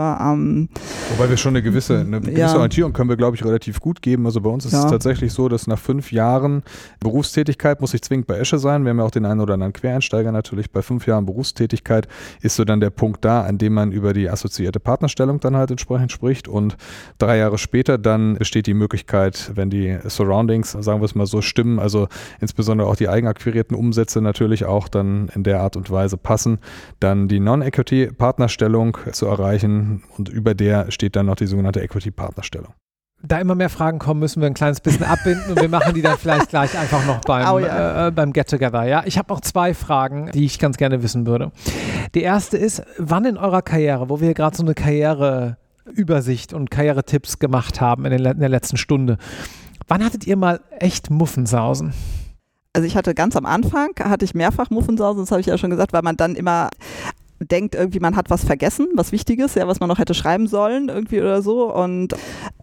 wobei wir schon eine gewisse Orientierung können wir, glaube ich, relativ gut geben. Also bei uns ist es tatsächlich so, dass nach 5 Jahren Berufstätigkeit muss ich zwingend bei Esche sein. Wir haben ja auch den einen oder anderen Quereinsteiger natürlich. Bei 5 Jahren Berufstätigkeit ist so dann der Punkt da, an dem man über die assoziierte Partnerstellung dann halt entsprechend spricht und 3 Jahre später dann besteht die Möglichkeit, wenn die Surroundings, sagen wir es mal so, stimmen, also insbesondere auch die eigenakquirierten Umsätze natürlich auch dann in der Art und Weise passen, dann die Non-Equity-Partnerstellung zu erreichen und über der steht dann noch die sogenannte Equity-Partnerstellung. Da immer mehr Fragen kommen, müssen wir ein kleines bisschen abbinden und wir machen die dann vielleicht gleich einfach noch beim Get-Together. Ja? Ich habe noch 2 Fragen, die ich ganz gerne wissen würde. Die erste ist, wann in eurer Karriere, wo wir gerade so eine Karriereübersicht und Karrieretipps gemacht haben in der letzten Stunde, wann hattet ihr mal echt Muffensausen? Also ich hatte ganz am Anfang, mehrfach Muffensausen, das habe ich ja schon gesagt, weil man dann immer denkt, irgendwie man hat was vergessen, was Wichtiges, ja, was man noch hätte schreiben sollen irgendwie oder so und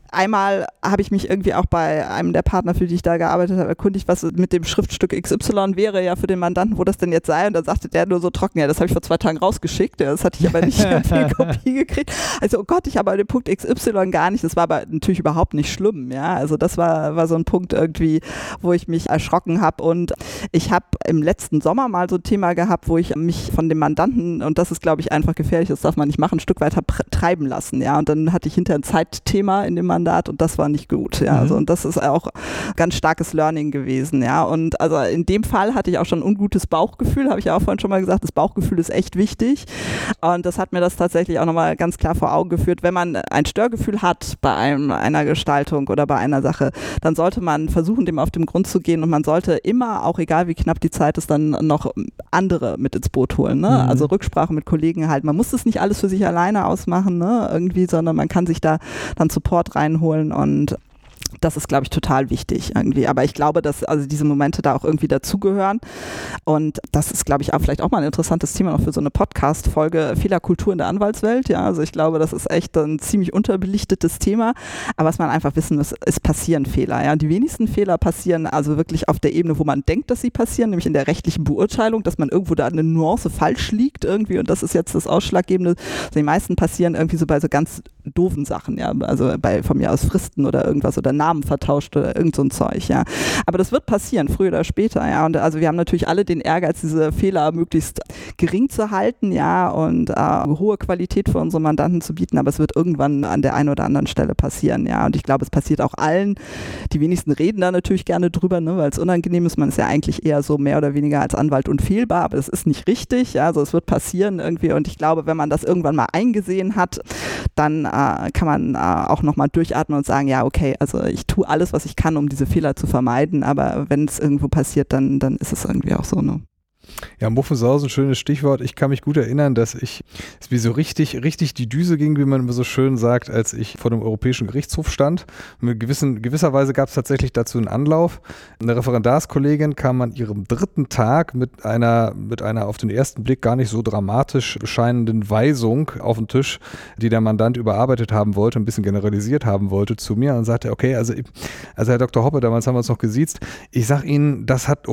Einmal habe ich mich irgendwie auch bei einem der Partner, für die ich da gearbeitet habe, erkundigt, was mit dem Schriftstück XY wäre ja für den Mandanten, wo das denn jetzt sei. Und da sagte der nur so trocken, ja, das habe ich vor 2 Tagen rausgeschickt. Ja, das hatte ich aber nicht in Kopie gekriegt. Also, oh Gott, ich habe den Punkt XY gar nicht. Das war aber natürlich überhaupt nicht schlimm. Ja, also das war so ein Punkt irgendwie, wo ich mich erschrocken habe. Und ich habe im letzten Sommer mal so ein Thema gehabt, wo ich mich von dem Mandanten, und das ist, glaube ich, einfach gefährlich, das darf man nicht machen, ein Stück weiter treiben lassen. Ja, und dann hatte ich hinterher ein Zeitthema in dem Mandat und das war nicht gut. Ja, also, und das ist auch ganz starkes Learning gewesen. Ja, und also in dem Fall hatte ich auch schon ein ungutes Bauchgefühl, habe ich ja auch vorhin schon mal gesagt, das Bauchgefühl ist echt wichtig. Und das hat mir das tatsächlich auch nochmal ganz klar vor Augen geführt. Wenn man ein Störgefühl hat bei einer Gestaltung oder bei einer Sache, dann sollte man versuchen, dem auf den Grund zu gehen und man sollte immer, auch egal wie knapp die Zeit ist, dann noch andere mit ins Boot holen. Ne? Also Rücksprache mit Kollegen halt. Man muss das nicht alles für sich alleine ausmachen, ne? Irgendwie, sondern man kann sich da dann Support reinholen und das ist, glaube ich, total wichtig irgendwie. Aber ich glaube, dass also diese Momente da auch irgendwie dazugehören. Und das ist, glaube ich, auch vielleicht auch mal ein interessantes Thema noch für so eine Podcast-Folge, Fehlerkultur in der Anwaltswelt. Ja, also ich glaube, das ist echt ein ziemlich unterbelichtetes Thema. Aber was man einfach wissen muss, es passieren Fehler. Ja, die wenigsten Fehler passieren also wirklich auf der Ebene, wo man denkt, dass sie passieren, nämlich in der rechtlichen Beurteilung, dass man irgendwo da eine Nuance falsch liegt irgendwie. Und das ist jetzt das Ausschlaggebende. Also die meisten passieren irgendwie so bei so ganz doofen Sachen. Ja, also von mir aus Fristen oder irgendwas oder Namen vertauscht oder irgend so ein Zeug, ja. Aber das wird passieren, früher oder später, ja. Und also wir haben natürlich alle den Ehrgeiz, diese Fehler möglichst gering zu halten, ja, und hohe Qualität für unsere Mandanten zu bieten, aber es wird irgendwann an der einen oder anderen Stelle passieren, ja. Und ich glaube, es passiert auch allen. Die wenigsten reden da natürlich gerne drüber, ne, weil es unangenehm ist. Man ist ja eigentlich eher so mehr oder weniger als Anwalt unfehlbar, aber das ist nicht richtig, ja. Also es wird passieren irgendwie und ich glaube, wenn man das irgendwann mal eingesehen hat, dann kann man auch nochmal durchatmen und sagen, ja, okay, also ich tue alles, was ich kann, um diese Fehler zu vermeiden, aber wenn es irgendwo passiert, dann ist es irgendwie auch so, ne? Ja, Muffensausen, schönes Stichwort. Ich kann mich gut erinnern, dass es mir so richtig die Düse ging, wie man immer so schön sagt, als ich vor dem Europäischen Gerichtshof stand. Und gewisser Weise gab es tatsächlich dazu einen Anlauf. Eine Referendarskollegin kam an ihrem 3. Tag mit einer auf den ersten Blick gar nicht so dramatisch scheinenden Weisung auf den Tisch, die der Mandant überarbeitet haben wollte, ein bisschen generalisiert haben wollte, zu mir und sagte, okay, also Herr Dr. Hoppe, damals haben wir uns noch gesiezt, ich sag Ihnen, das hat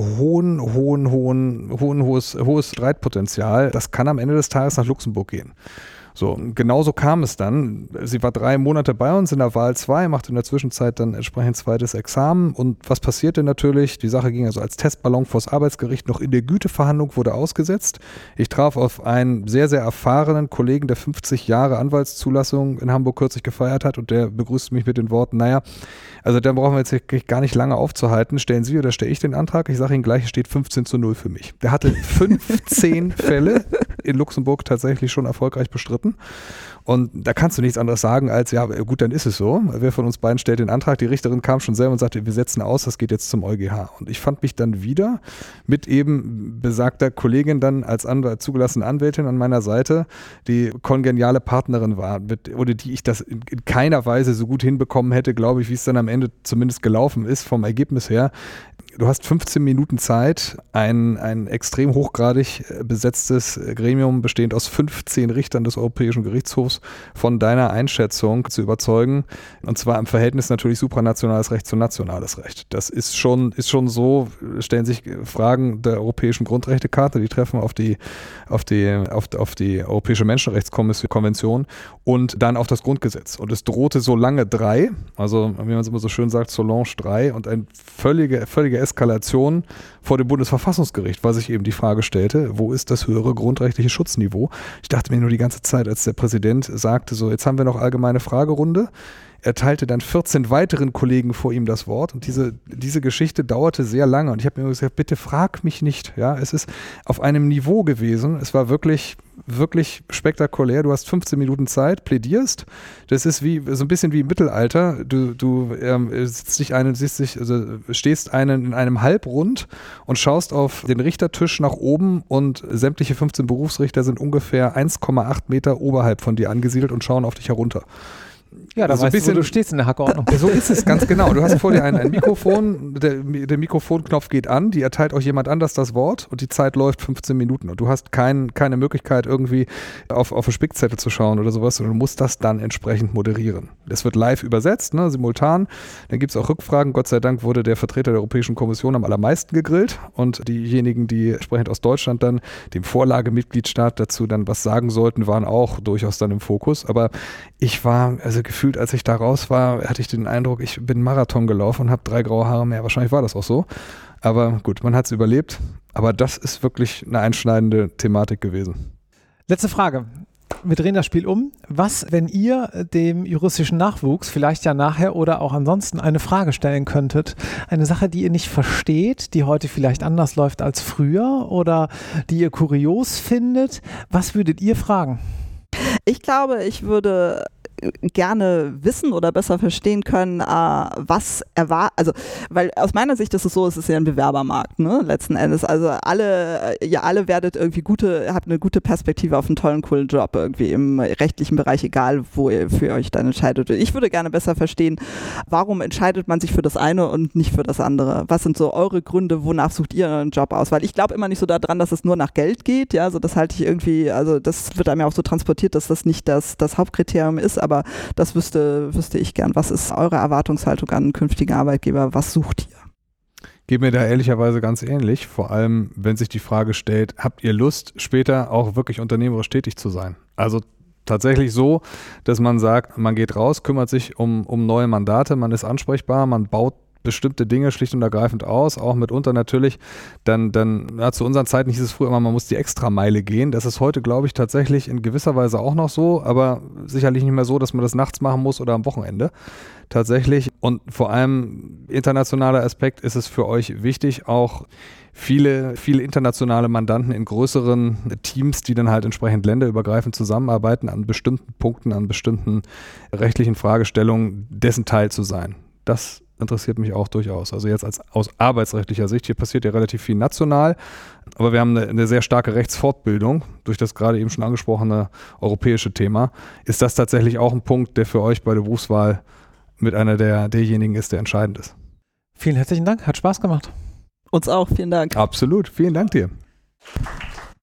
hohes Streitpotenzial. Das kann am Ende des Tages nach Luxemburg gehen. So, genauso kam es dann. Sie war 3 Monate bei uns in der Wahl 2, machte in der Zwischenzeit dann entsprechend zweites Examen. Und was passierte natürlich? Die Sache ging also als Testballon vors Arbeitsgericht noch in der Güteverhandlung, wurde ausgesetzt. Ich traf auf einen sehr, sehr erfahrenen Kollegen, der 50 Jahre Anwaltszulassung in Hamburg kürzlich gefeiert hat und der begrüßte mich mit den Worten, naja, also da brauchen wir jetzt gar nicht lange aufzuhalten. Stellen Sie oder stelle ich den Antrag? Ich sage Ihnen gleich, es steht 15:0 für mich. Der hatte 15 Fälle in Luxemburg tatsächlich schon erfolgreich bestritten. Und da kannst du nichts anderes sagen als, ja gut, dann ist es so. Wer von uns beiden stellt den Antrag? Die Richterin kam schon selber und sagte, wir setzen aus, das geht jetzt zum EuGH. Und ich fand mich dann wieder mit eben besagter Kollegin dann als zugelassene Anwältin an meiner Seite, die kongeniale Partnerin war, ohne die ich das in keiner Weise so gut hinbekommen hätte, glaube ich, wie es dann am Ende zumindest gelaufen ist, vom Ergebnis her. Du hast 15 Minuten Zeit, ein extrem hochgradig besetztes Gremium bestehend aus 15 Richtern des Europäischen Gerichtshofs von deiner Einschätzung zu überzeugen. Und zwar im Verhältnis natürlich supranationales Recht zu nationales Recht. Das ist schon so, stellen sich Fragen der Europäischen Grundrechtecharta, die treffen auf die Europäische Menschenrechtskonvention und dann auf das Grundgesetz. Und es drohte so lange 3, also wie man es immer so schön sagt, Solange 3 und eine völlige Eskalation vor dem Bundesverfassungsgericht, weil sich eben die Frage stellte, wo ist das höhere grundrechtliche Schutzniveau? Ich dachte mir nur die ganze Zeit, als der Präsident sagte, so jetzt haben wir noch allgemeine Fragerunde, er teilte dann 14 weiteren Kollegen vor ihm das Wort und diese Geschichte dauerte sehr lange und ich habe mir gesagt, bitte frag mich nicht. Ja, es ist auf einem Niveau gewesen, es war wirklich spektakulär. Du hast 15 Minuten Zeit, plädierst. Das ist so ein bisschen wie im Mittelalter. Du stehst in einem Halbrund und schaust auf den Richtertisch nach oben und sämtliche 15 Berufsrichter sind ungefähr 1,8 Meter oberhalb von dir angesiedelt und schauen auf dich herunter. Ja, da so ein weißt du, wo du stehst in der Hackordnung. So ist es, ganz genau. Du hast vor dir ein Mikrofon, der Mikrofonknopf geht an, die erteilt euch jemand anders das Wort und die Zeit läuft 15 Minuten und du hast keine Möglichkeit irgendwie auf einen Spickzettel zu schauen oder sowas, sondern du musst das dann entsprechend moderieren. Das wird live übersetzt, ne, simultan. Dann gibt es auch Rückfragen. Gott sei Dank wurde der Vertreter der Europäischen Kommission am allermeisten gegrillt und diejenigen, die entsprechend aus Deutschland dann, dem Vorlagemitgliedstaat dazu dann was sagen sollten, waren auch durchaus dann im Fokus. Aber ich war, also gefühlt, als ich da raus war, hatte ich den Eindruck, ich bin Marathon gelaufen und habe 3 graue Haare mehr. Wahrscheinlich war das auch so. Aber gut, man hat es überlebt. Aber das ist wirklich eine einschneidende Thematik gewesen. Letzte Frage. Wir drehen das Spiel um. Was, wenn ihr dem juristischen Nachwuchs vielleicht ja nachher oder auch ansonsten eine Frage stellen könntet? Eine Sache, die ihr nicht versteht, die heute vielleicht anders läuft als früher oder die ihr kurios findet. Was würdet ihr fragen? Ich glaube, ich würde gerne wissen oder besser verstehen können, was also, weil aus meiner Sicht ist es so, es ist ja ein Bewerbermarkt, ne, letzten Endes. Also ihr alle werdet irgendwie habt eine gute Perspektive auf einen tollen, coolen Job irgendwie im rechtlichen Bereich, egal wo ihr für euch dann entscheidet. Ich würde gerne besser verstehen, warum entscheidet man sich für das eine und nicht für das andere? Was sind so eure Gründe, wonach sucht ihr einen Job aus? Weil ich glaube immer nicht so daran, dass es nur nach Geld geht, ja, so das halte ich irgendwie, also das wird einem ja auch so transportiert, dass das nicht das Hauptkriterium ist, aber das wüsste ich gern. Was ist eure Erwartungshaltung an einen künftigen Arbeitgeber? Was sucht ihr? Geht mir da ehrlicherweise ganz ähnlich, vor allem wenn sich die Frage stellt, habt ihr Lust, später auch wirklich unternehmerisch tätig zu sein? Also tatsächlich so, dass man sagt, man geht raus, kümmert sich um neue Mandate, man ist ansprechbar, man baut bestimmte Dinge schlicht und ergreifend aus, auch mitunter natürlich, dann zu unseren Zeiten hieß es früher immer, man muss die Extrameile gehen. Das ist heute, glaube ich, tatsächlich in gewisser Weise auch noch so, aber sicherlich nicht mehr so, dass man das nachts machen muss oder am Wochenende. Tatsächlich. Und vor allem internationaler Aspekt ist es für euch wichtig, auch viele internationale Mandanten in größeren Teams, die dann halt entsprechend länderübergreifend zusammenarbeiten, an bestimmten Punkten, an bestimmten rechtlichen Fragestellungen, dessen Teil zu sein. Das interessiert mich auch durchaus. Also jetzt aus arbeitsrechtlicher Sicht, hier passiert ja relativ viel national, aber wir haben eine sehr starke Rechtsfortbildung durch das gerade eben schon angesprochene europäische Thema. Ist das tatsächlich auch ein Punkt, der für euch bei der Berufswahl mit einer derjenigen ist, der entscheidend ist? Vielen herzlichen Dank, hat Spaß gemacht. Uns auch, vielen Dank. Absolut, vielen Dank dir.